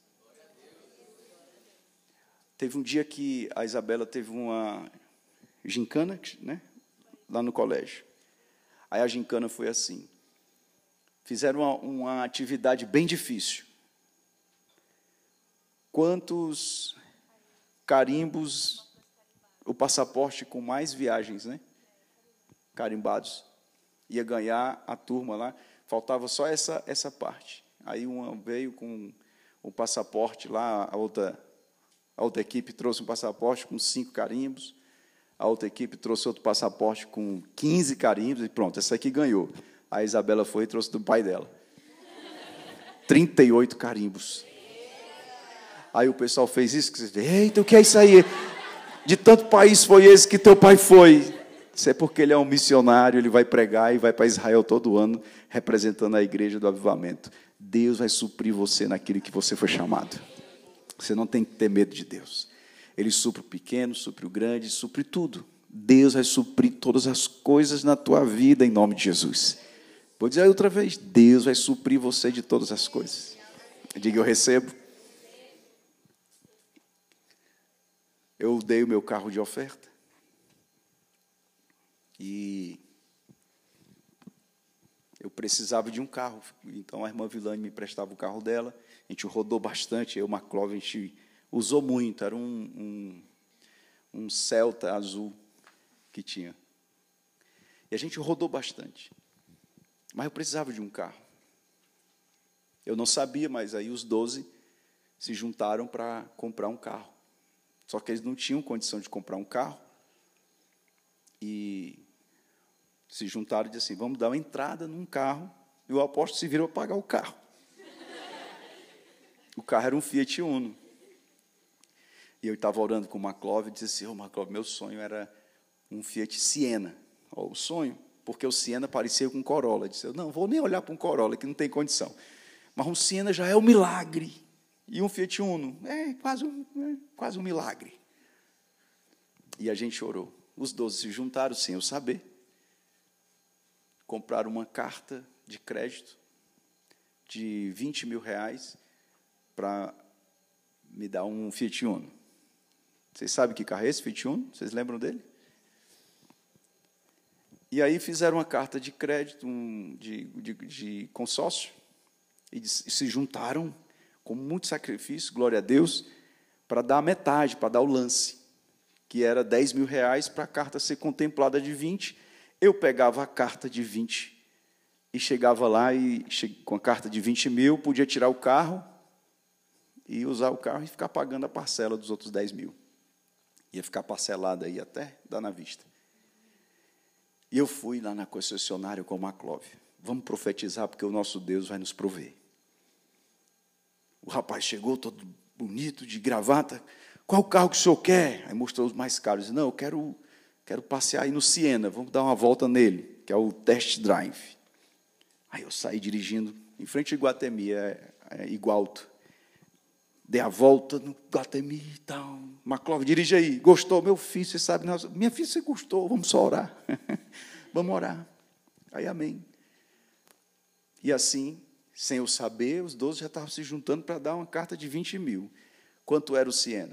Teve um dia que a Isabela teve uma gincana, né, lá no colégio. Aí a gincana foi assim. Fizeram uma, uma atividade bem difícil. Quantos carimbos, o passaporte com mais viagens, né, carimbados, ia ganhar a turma lá. Faltava só essa, essa parte. Aí uma veio com o passaporte lá, a outra, a outra equipe trouxe um passaporte com cinco carimbos, a outra equipe trouxe outro passaporte com quinze carimbos, e pronto, essa aqui ganhou. A Isabela foi e trouxe do pai dela. trinta e oito carimbos. Aí o pessoal fez isso, que você, eita, o que é isso aí? De tanto país foi esse que teu pai foi? Isso é porque ele é um missionário, ele vai pregar e vai para Israel todo ano, representando a igreja do avivamento. Deus vai suprir você naquilo que você foi chamado. Você não tem que ter medo de Deus. Ele supre o pequeno, supre o grande, supre tudo. Deus vai suprir todas as coisas na tua vida, em nome de Jesus. Vou dizer outra vez, Deus vai suprir você de todas as coisas. Diga, eu recebo. Eu dei o meu carro de oferta. E eu precisava de um carro. Então, a irmã Vilane me prestava o carro dela. A gente rodou bastante. Eu, Maclove, a gente usou muito. Era um, um, um Celta azul que tinha. E a gente rodou bastante. Mas eu precisava de um carro. Eu não sabia, mas aí os doze se juntaram para comprar um carro. Só que eles não tinham condição de comprar um carro. E se juntaram e disseram assim, vamos dar uma entrada num carro, e o apóstolo se virou para pagar o carro. O carro era um Fiat Uno. E eu estava orando com o Maclove e disse assim, ô, Maclove, meu sonho era um Fiat Siena. Ó, o sonho, porque o Siena parecia com um Corolla. Eu disse, eu não vou nem olhar para um Corolla, que não tem condição. Mas um Siena já é um milagre. E um Fiat Uno é quase um, é quase um milagre. E a gente orou. Os doze se juntaram, sem eu saber. Compraram uma carta de crédito de vinte mil reais para me dar um Fiat Uno. Vocês sabem que carro é esse, Fiat Uno? Vocês lembram dele? E aí fizeram uma carta de crédito, um, de, de, de consórcio, e, de, e se juntaram com muito sacrifício, glória a Deus, para dar a metade, para dar o lance, que era dez mil reais para a carta ser contemplada de vinte. Eu pegava a carta de vinte e chegava lá e, com a carta de vinte mil, podia tirar o carro e usar o carro e ficar pagando a parcela dos outros dez mil. Ia ficar parcelada aí até dar na vista. E eu fui lá na concessionária com o Maclove. Vamos profetizar, porque o nosso Deus vai nos prover. O rapaz chegou todo bonito, de gravata. Qual carro que o senhor quer? Aí mostrou os mais caros. Disse, não, eu quero, quero passear aí no Siena. Vamos dar uma volta nele, que é o test drive. Aí eu saí dirigindo em frente ao Iguatemi, é, é Igualto. Dei a volta no Iguatemi e tal. Maclove, dirige aí. Gostou? Meu filho, você sabe. Nós, minha filha, você gostou? Vamos só orar. Vamos orar. Aí, amém. E assim, sem eu saber, os doze já estavam se juntando para dar uma carta de vinte mil. Quanto era o Siena?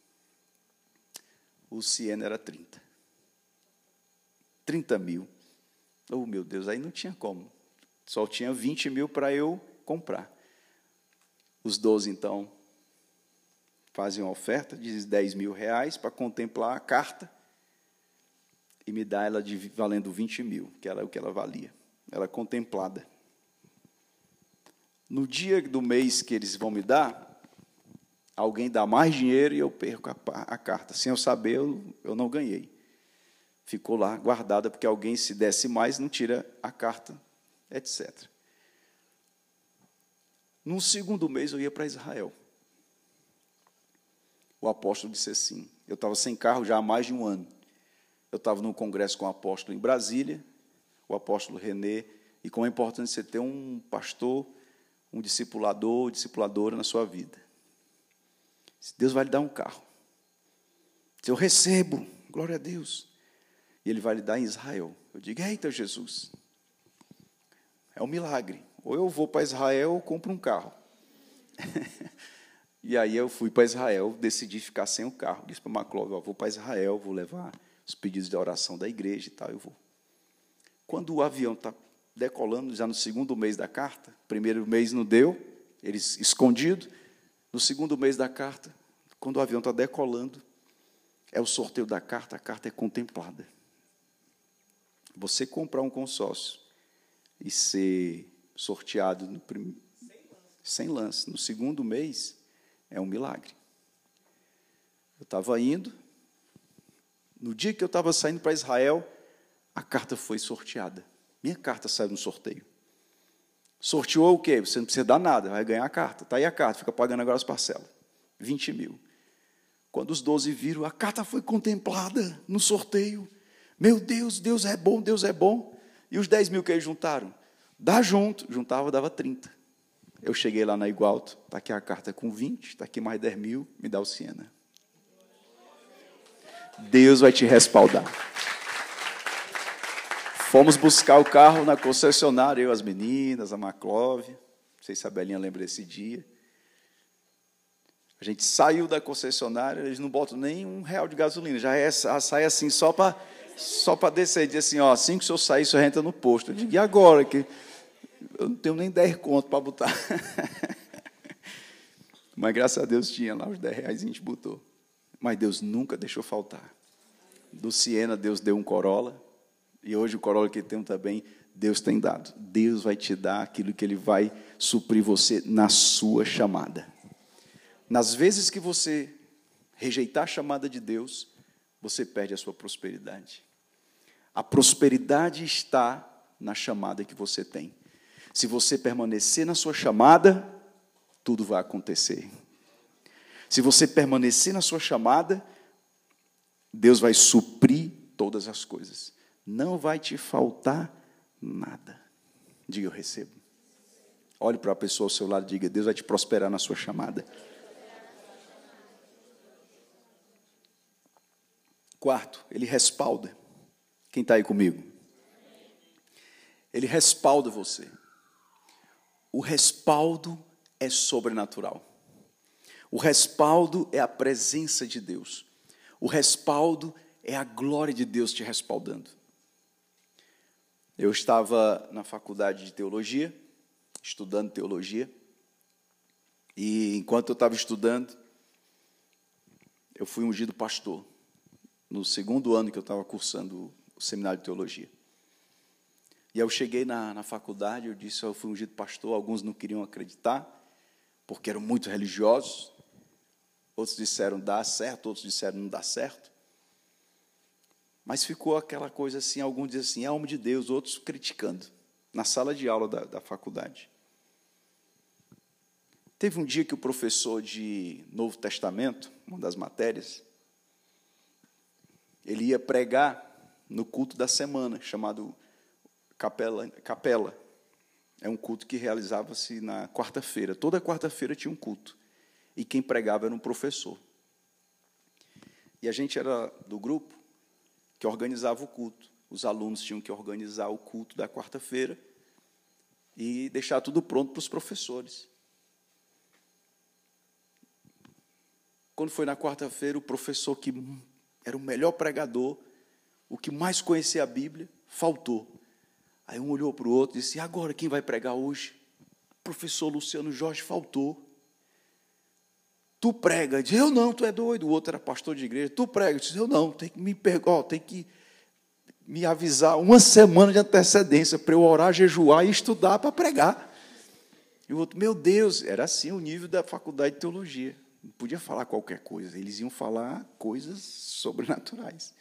O Siena era trinta. trinta mil. Oh, meu Deus, aí não tinha como. Só tinha vinte mil para eu comprar. Os doze, então, fazem uma oferta de dez mil reais para contemplar a carta e me dá ela de, valendo vinte mil, que era o que ela valia. Ela contemplada. No dia do mês que eles vão me dar, alguém dá mais dinheiro e eu perco a, a carta. Sem eu saber, eu, eu não ganhei. Ficou lá guardada, porque alguém, se desse mais, não tira a carta etcétera. No segundo mês, eu ia para Israel. O apóstolo disse assim, eu estava sem carro já há mais de um ano. Eu estava num congresso com o apóstolo em Brasília, o apóstolo René, e como é importante você ter um pastor, um discipulador, discipuladora na sua vida. Deus vai lhe dar um carro. Se eu recebo, glória a Deus. E Ele vai lhe dar em Israel. Eu digo, eita, Jesus, é um milagre. Ou eu vou para Israel ou compro um carro. E aí eu fui para Israel, decidi ficar sem o carro. Disse para Maclove, ó, vou para Israel, vou levar os pedidos de oração da igreja e tal, eu vou. Quando o avião está decolando, já no segundo mês da carta, primeiro mês não deu, eles escondido, no segundo mês da carta, quando o avião está decolando, é o sorteio da carta, a carta é contemplada. Você comprar um consórcio e ser sorteado no prim... sem lance, no segundo mês, é um milagre. Eu estava indo, no dia que eu estava saindo para Israel, a carta foi sorteada. Minha carta saiu no sorteio. Sorteou o quê? Você não precisa dar nada, vai ganhar a carta. Está aí a carta, fica pagando agora as parcelas. vinte mil. Quando os doze viram, a carta foi contemplada no sorteio. Meu Deus, Deus é bom, Deus é bom. E os dez mil que eles juntaram? Dá junto. Juntava, dava trinta. Eu cheguei lá na Igualto, está aqui a carta com vinte, está aqui mais dez mil, me dá o Siena. Deus vai te respaldar. Fomos buscar o carro na concessionária, eu, as meninas, a Maclove, não sei se a Belinha lembra desse dia. A gente saiu da concessionária, eles não botam nem um real de gasolina, já, é, já sai assim só para só para descer, diz assim, ó, assim que o senhor sair, o senhor entra no posto. Eu digo, e agora? Que eu não tenho nem dez contos para botar. Mas, graças a Deus, tinha lá os dez reais, a gente botou. Mas Deus nunca deixou faltar. Do Siena, Deus deu um Corolla, e hoje o Corolla que tem também, Deus tem dado. Deus vai te dar aquilo que Ele vai suprir você na sua chamada. Nas vezes que você rejeitar a chamada de Deus, você perde a sua prosperidade. A prosperidade está na chamada que você tem. Se você permanecer na sua chamada, tudo vai acontecer. Se você permanecer na sua chamada, Deus vai suprir todas as coisas. Não vai te faltar nada. Diga, eu recebo. Olhe para a pessoa ao seu lado e diga, Deus vai te prosperar na sua chamada. Quarto, Ele respalda. Quem está aí comigo? Ele respalda você. O respaldo é sobrenatural. O respaldo é a presença de Deus. O respaldo é a glória de Deus te respaldando. Eu estava na faculdade de teologia, estudando teologia, e enquanto eu estava estudando, eu fui ungido pastor, no segundo ano que eu estava cursando o seminário de teologia. E aí eu cheguei na, na faculdade, eu disse, eu fui ungido pastor, alguns não queriam acreditar, porque eram muito religiosos, outros disseram dá certo, outros disseram não dá certo. Mas ficou aquela coisa assim, alguns dizem assim, é homem de Deus, outros criticando, na sala de aula da, da faculdade. Teve um dia que o professor de Novo Testamento, uma das matérias, ele ia pregar no culto da semana, chamado Capela. Capela. É um culto que realizava-se na quarta-feira. Toda quarta-feira tinha um culto. E quem pregava era um professor. E a gente era do grupo que organizava o culto. Os alunos tinham que organizar o culto da quarta-feira e deixar tudo pronto para os professores. Quando foi na quarta-feira, o professor que era o melhor pregador, o que mais conhecia a Bíblia, faltou. Aí um olhou para o outro e disse, e agora quem vai pregar hoje? O professor Luciano Jorge faltou. Tu prega. Disse, eu não, tu é doido. O outro era pastor de igreja. Tu prega. Disse, eu não, tem que me pegar, tem que me avisar uma semana de antecedência para eu orar, jejuar e estudar para pregar. E o outro, meu Deus, era assim o nível da faculdade de teologia. Não podia falar qualquer coisa, eles iam falar coisas sobrenaturais.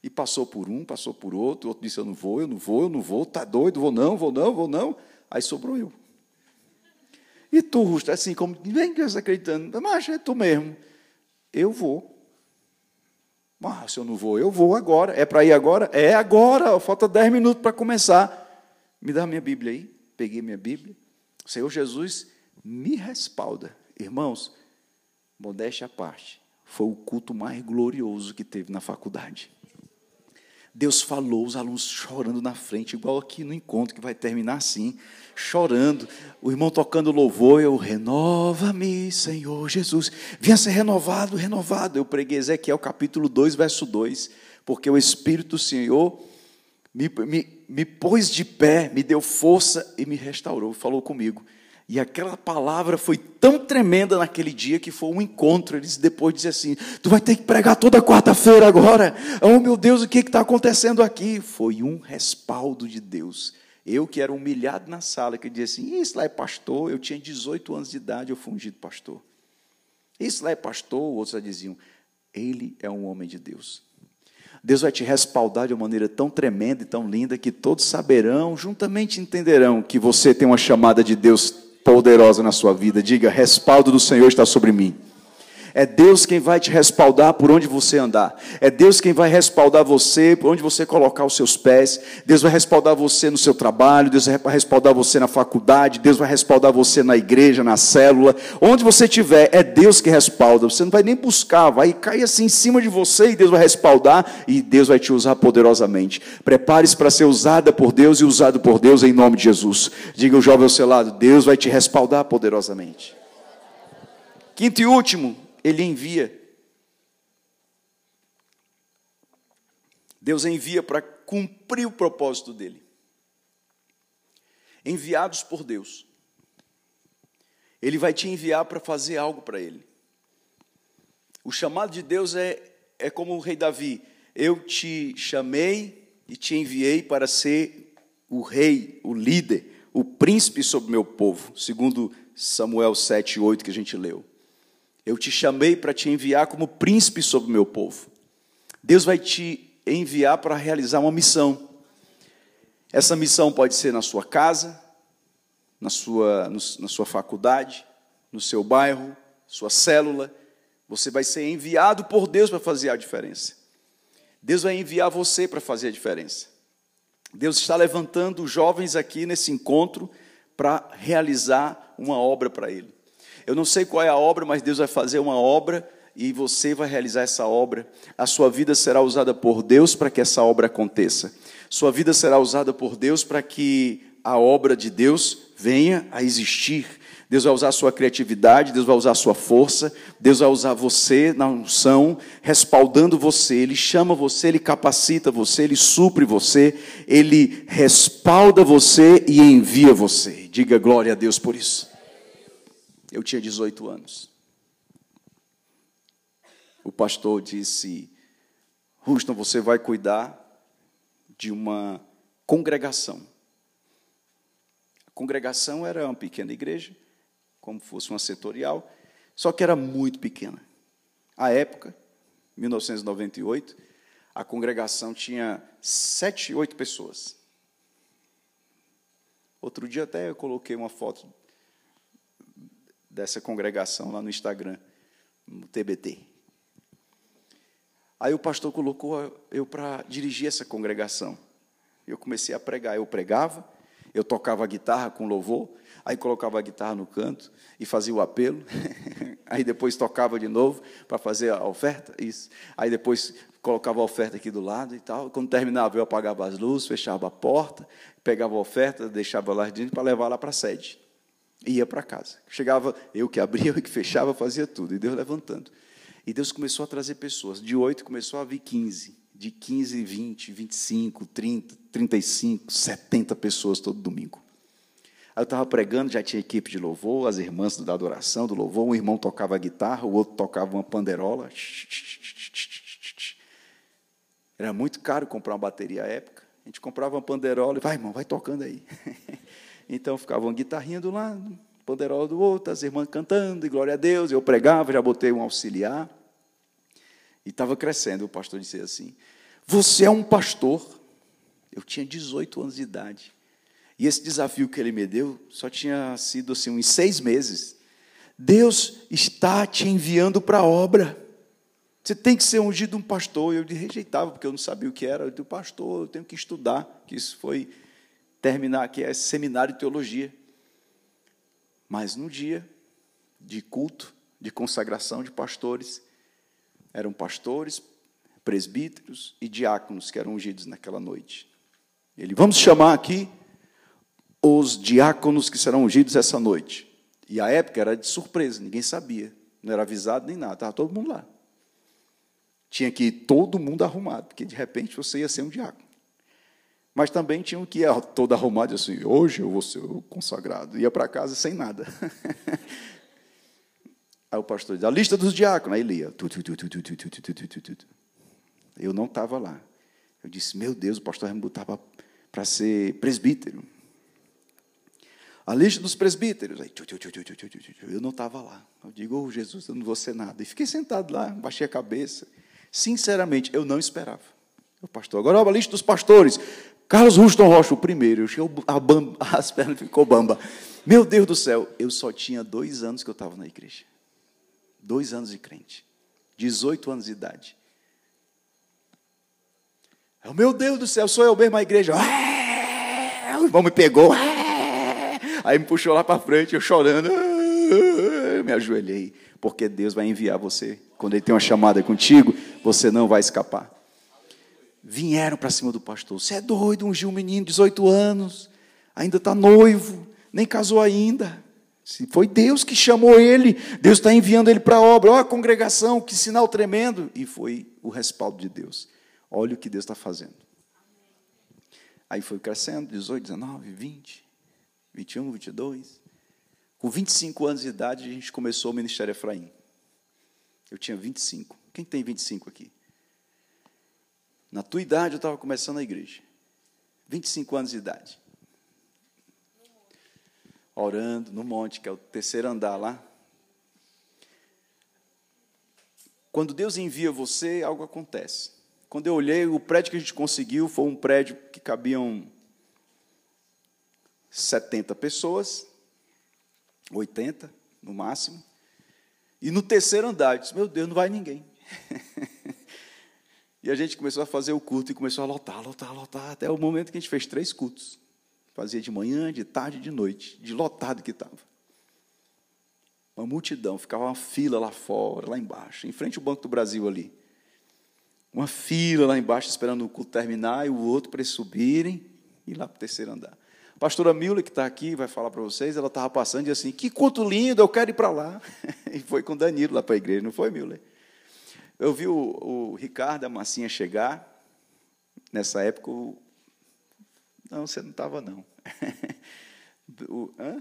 E passou por um, passou por outro, o outro disse, eu não vou, eu não vou, eu não vou, está doido, vou não, vou não, vou não. Aí sobrou eu. E tu, Rusto, assim, como ninguém está acreditando, mas é tu mesmo. Eu vou. Ah, se eu não vou, eu vou agora. É para ir agora? É agora, falta dez minutos para começar. Me dá minha Bíblia aí. Peguei minha Bíblia. O Senhor Jesus me respalda. Irmãos, modéstia à parte, foi o culto mais glorioso que teve na faculdade. Deus falou, os alunos chorando na frente, igual aqui no encontro, que vai terminar assim, chorando, o irmão tocando louvor, eu, renova-me, Senhor Jesus, vinha ser renovado, renovado, eu preguei Ezequiel capítulo dois, verso dois, porque o Espírito do Senhor me, me, me pôs de pé, me deu força e me restaurou, falou comigo. E aquela palavra foi tão tremenda naquele dia que foi um encontro. Eles depois diziam assim, tu vai ter que pregar toda quarta-feira agora. Oh, meu Deus, o que está acontecendo aqui? Foi um respaldo de Deus. Eu que era humilhado na sala, que dizia assim, isso lá é pastor. Eu tinha dezoito anos de idade, eu fui ungido pastor. Isso lá é pastor. Outros já diziam, ele é um homem de Deus. Deus vai te respaldar de uma maneira tão tremenda e tão linda que todos saberão, juntamente entenderão que você tem uma chamada de Deus poderosa na sua vida. Diga, respaldo do Senhor está sobre mim. É Deus quem vai te respaldar por onde você andar. É Deus quem vai respaldar você por onde você colocar os seus pés. Deus vai respaldar você no seu trabalho. Deus vai respaldar você na faculdade. Deus vai respaldar você na igreja, na célula. Onde você estiver, é Deus que respalda. Você não vai nem buscar, vai cair assim em cima de você e Deus vai respaldar e Deus vai te usar poderosamente. Prepare-se para ser usada por Deus e usado por Deus em nome de Jesus. Diga o jovem ao seu lado, Deus vai te respaldar poderosamente. Quinto e último, Ele envia. Deus envia para cumprir o propósito dele. Enviados por Deus. Ele vai te enviar para fazer algo para ele. O chamado de Deus é, é como o rei Davi. Eu te chamei e te enviei para ser o rei, o líder, o príncipe sobre o meu povo. Segundo Samuel sete, oito que a gente leu. Eu te chamei para te enviar como príncipe sobre o meu povo. Deus vai te enviar para realizar uma missão. Essa missão pode ser na sua casa, na sua, no, na sua faculdade, no seu bairro, sua célula. Você vai ser enviado por Deus para fazer a diferença. Deus vai enviar você para fazer a diferença. Deus está levantando jovens aqui nesse encontro para realizar uma obra para Ele. Eu não sei qual é a obra, mas Deus vai fazer uma obra e você vai realizar essa obra. A sua vida será usada por Deus para que essa obra aconteça. Sua vida será usada por Deus para que a obra de Deus venha a existir. Deus vai usar a sua criatividade, Deus vai usar a sua força, Deus vai usar você na unção, respaldando você. Ele chama você, Ele capacita você, Ele supre você, Ele respalda você e envia você. Diga glória a Deus por isso. Eu tinha dezoito anos. O pastor disse, Ruston, você vai cuidar de uma congregação. A congregação era uma pequena igreja, como fosse uma setorial, só que era muito pequena. À época, mil novecentos e noventa e oito, a congregação tinha sete, oito pessoas. Outro dia até eu coloquei uma foto dessa congregação lá no Instagram, no T B T. Aí o pastor colocou eu para dirigir essa congregação. Eu comecei a pregar. Eu pregava, eu tocava a guitarra com louvor, aí colocava a guitarra no canto e fazia o apelo. Aí depois tocava de novo para fazer a oferta, isso. Aí depois colocava a oferta aqui do lado e tal. Quando terminava, eu apagava as luzes, fechava a porta, pegava a oferta, deixava lá dentro para levar lá para a sede. Ia para casa. Chegava, eu que abria, eu que fechava, fazia tudo. E Deus levantando. E Deus começou a trazer pessoas. De oito começou a vir quinze. De quinze, vinte, vinte e cinco, trinta, trinta e cinco, setenta pessoas todo domingo. Aí eu estava pregando, já tinha equipe de louvor, as irmãs da adoração, do louvor. Um irmão tocava guitarra, o outro tocava uma panderola. Era muito caro comprar uma bateria à época. A gente comprava uma panderola e vai, irmão, vai tocando aí. Então, ficava uma guitarrinha do lado, panderola do outro, as irmãs cantando, e glória a Deus. Eu pregava, já botei um auxiliar. E estava crescendo. O pastor disse assim, Você é um pastor. Eu tinha dezoito anos de idade. E esse desafio que ele me deu só tinha sido assim, uns seis meses. Deus está te enviando para a obra. Você tem que ser ungido um pastor. Eu rejeitava, porque eu não sabia o que era. Eu disse, pastor, eu tenho que estudar. Que isso foi terminar aqui, esse seminário de teologia. Mas no dia de culto, de consagração de pastores, eram pastores, presbíteros e diáconos que eram ungidos naquela noite. Ele, vamos chamar aqui os diáconos que serão ungidos essa noite. E a época era de surpresa, ninguém sabia. Não era avisado nem nada, estava todo mundo lá. Tinha que ir todo mundo arrumado, porque de repente você ia ser um diácono. Mas também tinham que ir todo arrumado, assim, hoje eu vou ser o consagrado. Ia para casa sem nada. Aí o pastor dizia, a lista dos diáconos. Aí lia. Eu não estava lá. Eu disse, meu Deus, o pastor me botava para ser presbítero. A lista dos presbíteros. Aí, eu não estava lá. Eu digo, oh, Jesus, eu não vou ser nada. E fiquei sentado lá, baixei a cabeça. Sinceramente, eu não esperava. O pastor, agora a lista dos pastores. Carlos Ruston Rocha, o primeiro. Eu, a bamba, as pernas ficou bamba. Meu Deus do céu, eu só tinha dois anos que eu estava na igreja. Dois anos de crente. dezoito anos de idade. Eu, meu Deus do céu, sou eu mesmo a igreja. O irmão me pegou. Aí me puxou lá para frente, eu chorando. Eu me ajoelhei. Porque Deus vai enviar você. Quando Ele tem uma chamada contigo, você não vai escapar. Vieram para cima do pastor. Você é doido, ungiu um menino de dezoito anos. Ainda está noivo. Nem casou ainda. Foi Deus que chamou ele. Deus está enviando ele para a obra. Olha a congregação, que sinal tremendo. E foi o respaldo de Deus. Olha o que Deus está fazendo. Aí foi crescendo, dezoito, dezenove, vinte, vinte e um, vinte e dois. Com vinte e cinco anos de idade, a gente começou o Ministério Efraim. Eu tinha vinte e cinco. Quem tem vinte e cinco aqui? Na tua idade, eu estava começando a igreja. vinte e cinco anos de idade. Orando no monte, que é o terceiro andar lá. Quando Deus envia você, algo acontece. Quando eu olhei, o prédio que a gente conseguiu foi um prédio que cabiam setenta pessoas, oitenta no máximo. E no terceiro andar, eu disse, meu Deus, não vai ninguém. E a gente começou a fazer o culto e começou a lotar, lotar, lotar, até o momento que a gente fez três cultos. Fazia de manhã, de tarde e de noite, de lotado que estava. Uma multidão, ficava uma fila lá fora, lá embaixo, em frente ao Banco do Brasil ali. Uma fila lá embaixo, esperando o culto terminar, e o outro para eles subirem e ir lá para o terceiro andar. A pastora Miller, que está aqui, vai falar para vocês, ela estava passando e disse assim, que culto lindo, eu quero ir para lá. E foi com o Danilo lá para a igreja, não foi, Miller? Eu vi o, o Ricardo, a Massinha chegar, nessa época, o... não, você não estava, não. o, hã?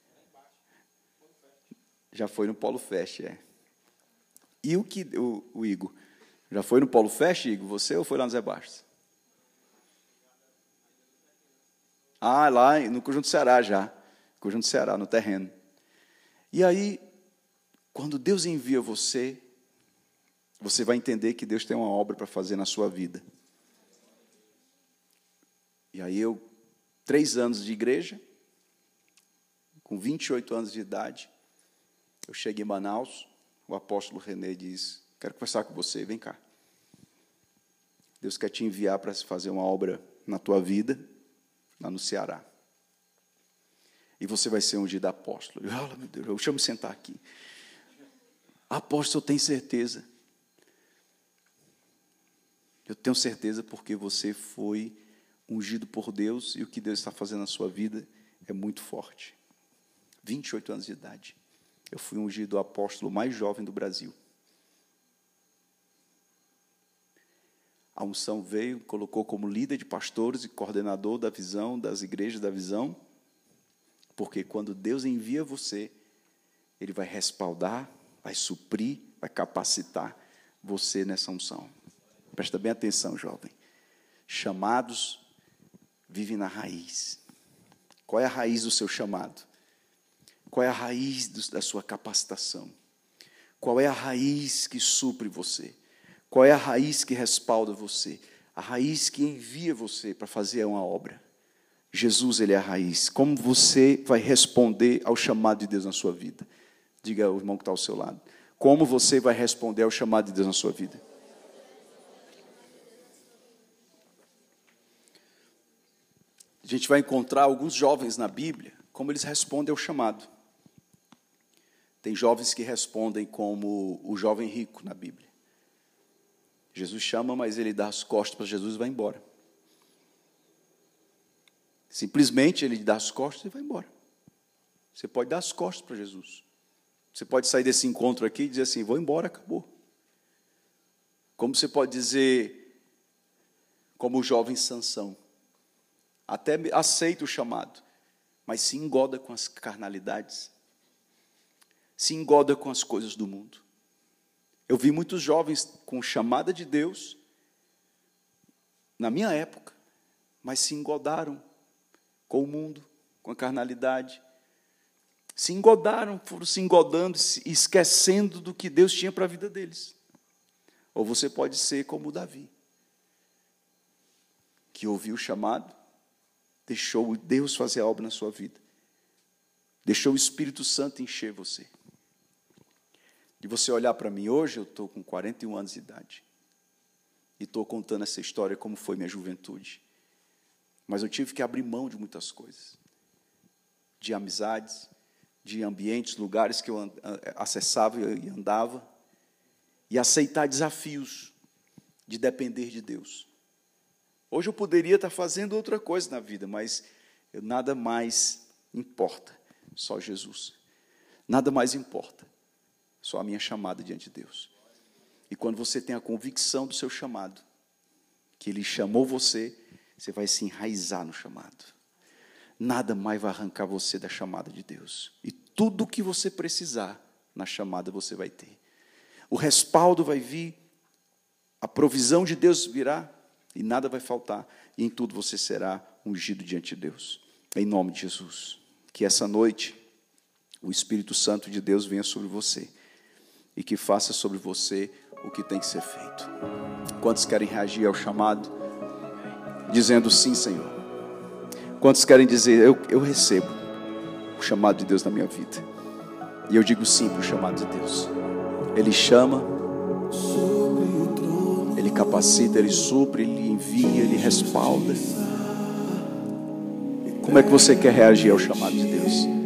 Já foi no Polo Fest, é. E o, que, o, o Igor? Já foi no Polo Fest, Igor, você, ou foi lá no Zé Bastos? Ah, lá no Conjunto Ceará já. Conjunto Ceará, no terreno. E aí, quando Deus envia você, você vai entender que Deus tem uma obra para fazer na sua vida. E aí eu, três anos de igreja, com vinte e oito anos de idade, eu cheguei em Manaus, o apóstolo René diz, quero conversar com você, vem cá. Deus quer te enviar para fazer uma obra na tua vida, lá no Ceará. E você vai ser ungido apóstolo. Eu, oh, meu Deus, eu chamo sentar aqui. Apóstolo, eu tenho certeza. Eu tenho certeza porque você foi ungido por Deus e o que Deus está fazendo na sua vida é muito forte. vinte e oito anos de idade. Eu fui ungido apóstolo mais jovem do Brasil. A unção veio, colocou como líder de pastores e coordenador da visão, das igrejas da visão, porque quando Deus envia você, Ele vai respaldar, vai suprir, vai capacitar você nessa unção. Presta bem atenção, jovem. Chamados vivem na raiz. Qual é a raiz do seu chamado? Qual é a raiz do, da sua capacitação? Qual é a raiz que supre você? Qual é a raiz que respalda você? A raiz que envia você para fazer uma obra. Jesus, ele é a raiz. Como você vai responder ao chamado de Deus na sua vida? Diga ao irmão que está ao seu lado. Como você vai responder ao chamado de Deus na sua vida? A gente vai encontrar alguns jovens na Bíblia, como eles respondem ao chamado. Tem jovens que respondem como o jovem rico na Bíblia. Jesus chama, mas ele dá as costas para Jesus e vai embora. Simplesmente ele dá as costas e vai embora. Você pode dar as costas para Jesus. Você pode sair desse encontro aqui e dizer assim, vou embora, acabou. Como você pode dizer, como o jovem Sansão, até aceita o chamado, mas se engoda com as carnalidades, se engoda com as coisas do mundo. Eu vi muitos jovens com chamada de Deus, na minha época, mas se engodaram com o mundo, com a carnalidade. Se engodaram, foram se engodando, esquecendo do que Deus tinha para a vida deles. Ou você pode ser como o Davi, que ouviu o chamado, deixou Deus fazer a obra na sua vida, deixou o Espírito Santo encher você. De você olhar para mim hoje, eu estou com quarenta e um anos de idade, e estou contando essa história como foi minha juventude. Mas eu tive que abrir mão de muitas coisas, de amizades, de ambientes, lugares que eu acessava e andava, e aceitar desafios de depender de Deus. Hoje eu poderia estar fazendo outra coisa na vida, mas eu, nada mais importa, só Jesus. Nada mais importa, só a minha chamada diante de Deus. E quando você tem a convicção do seu chamado, que Ele chamou você, você vai se enraizar no chamado. Nada mais vai arrancar você da chamada de Deus. E tudo o que você precisar na chamada você vai ter. O respaldo vai vir, a provisão de Deus virá, e nada vai faltar, e em tudo você será ungido diante de Deus. Em nome de Jesus. Que essa noite o Espírito Santo de Deus venha sobre você e que faça sobre você o que tem que ser feito. Quantos querem reagir ao chamado, dizendo sim, Senhor? Quantos querem dizer, eu, eu recebo o chamado de Deus na minha vida? E eu digo sim para o chamado de Deus. Ele chama, Ele capacita, Ele supre, Ele envia, Ele respalda. Como é que você quer reagir ao chamado de Deus?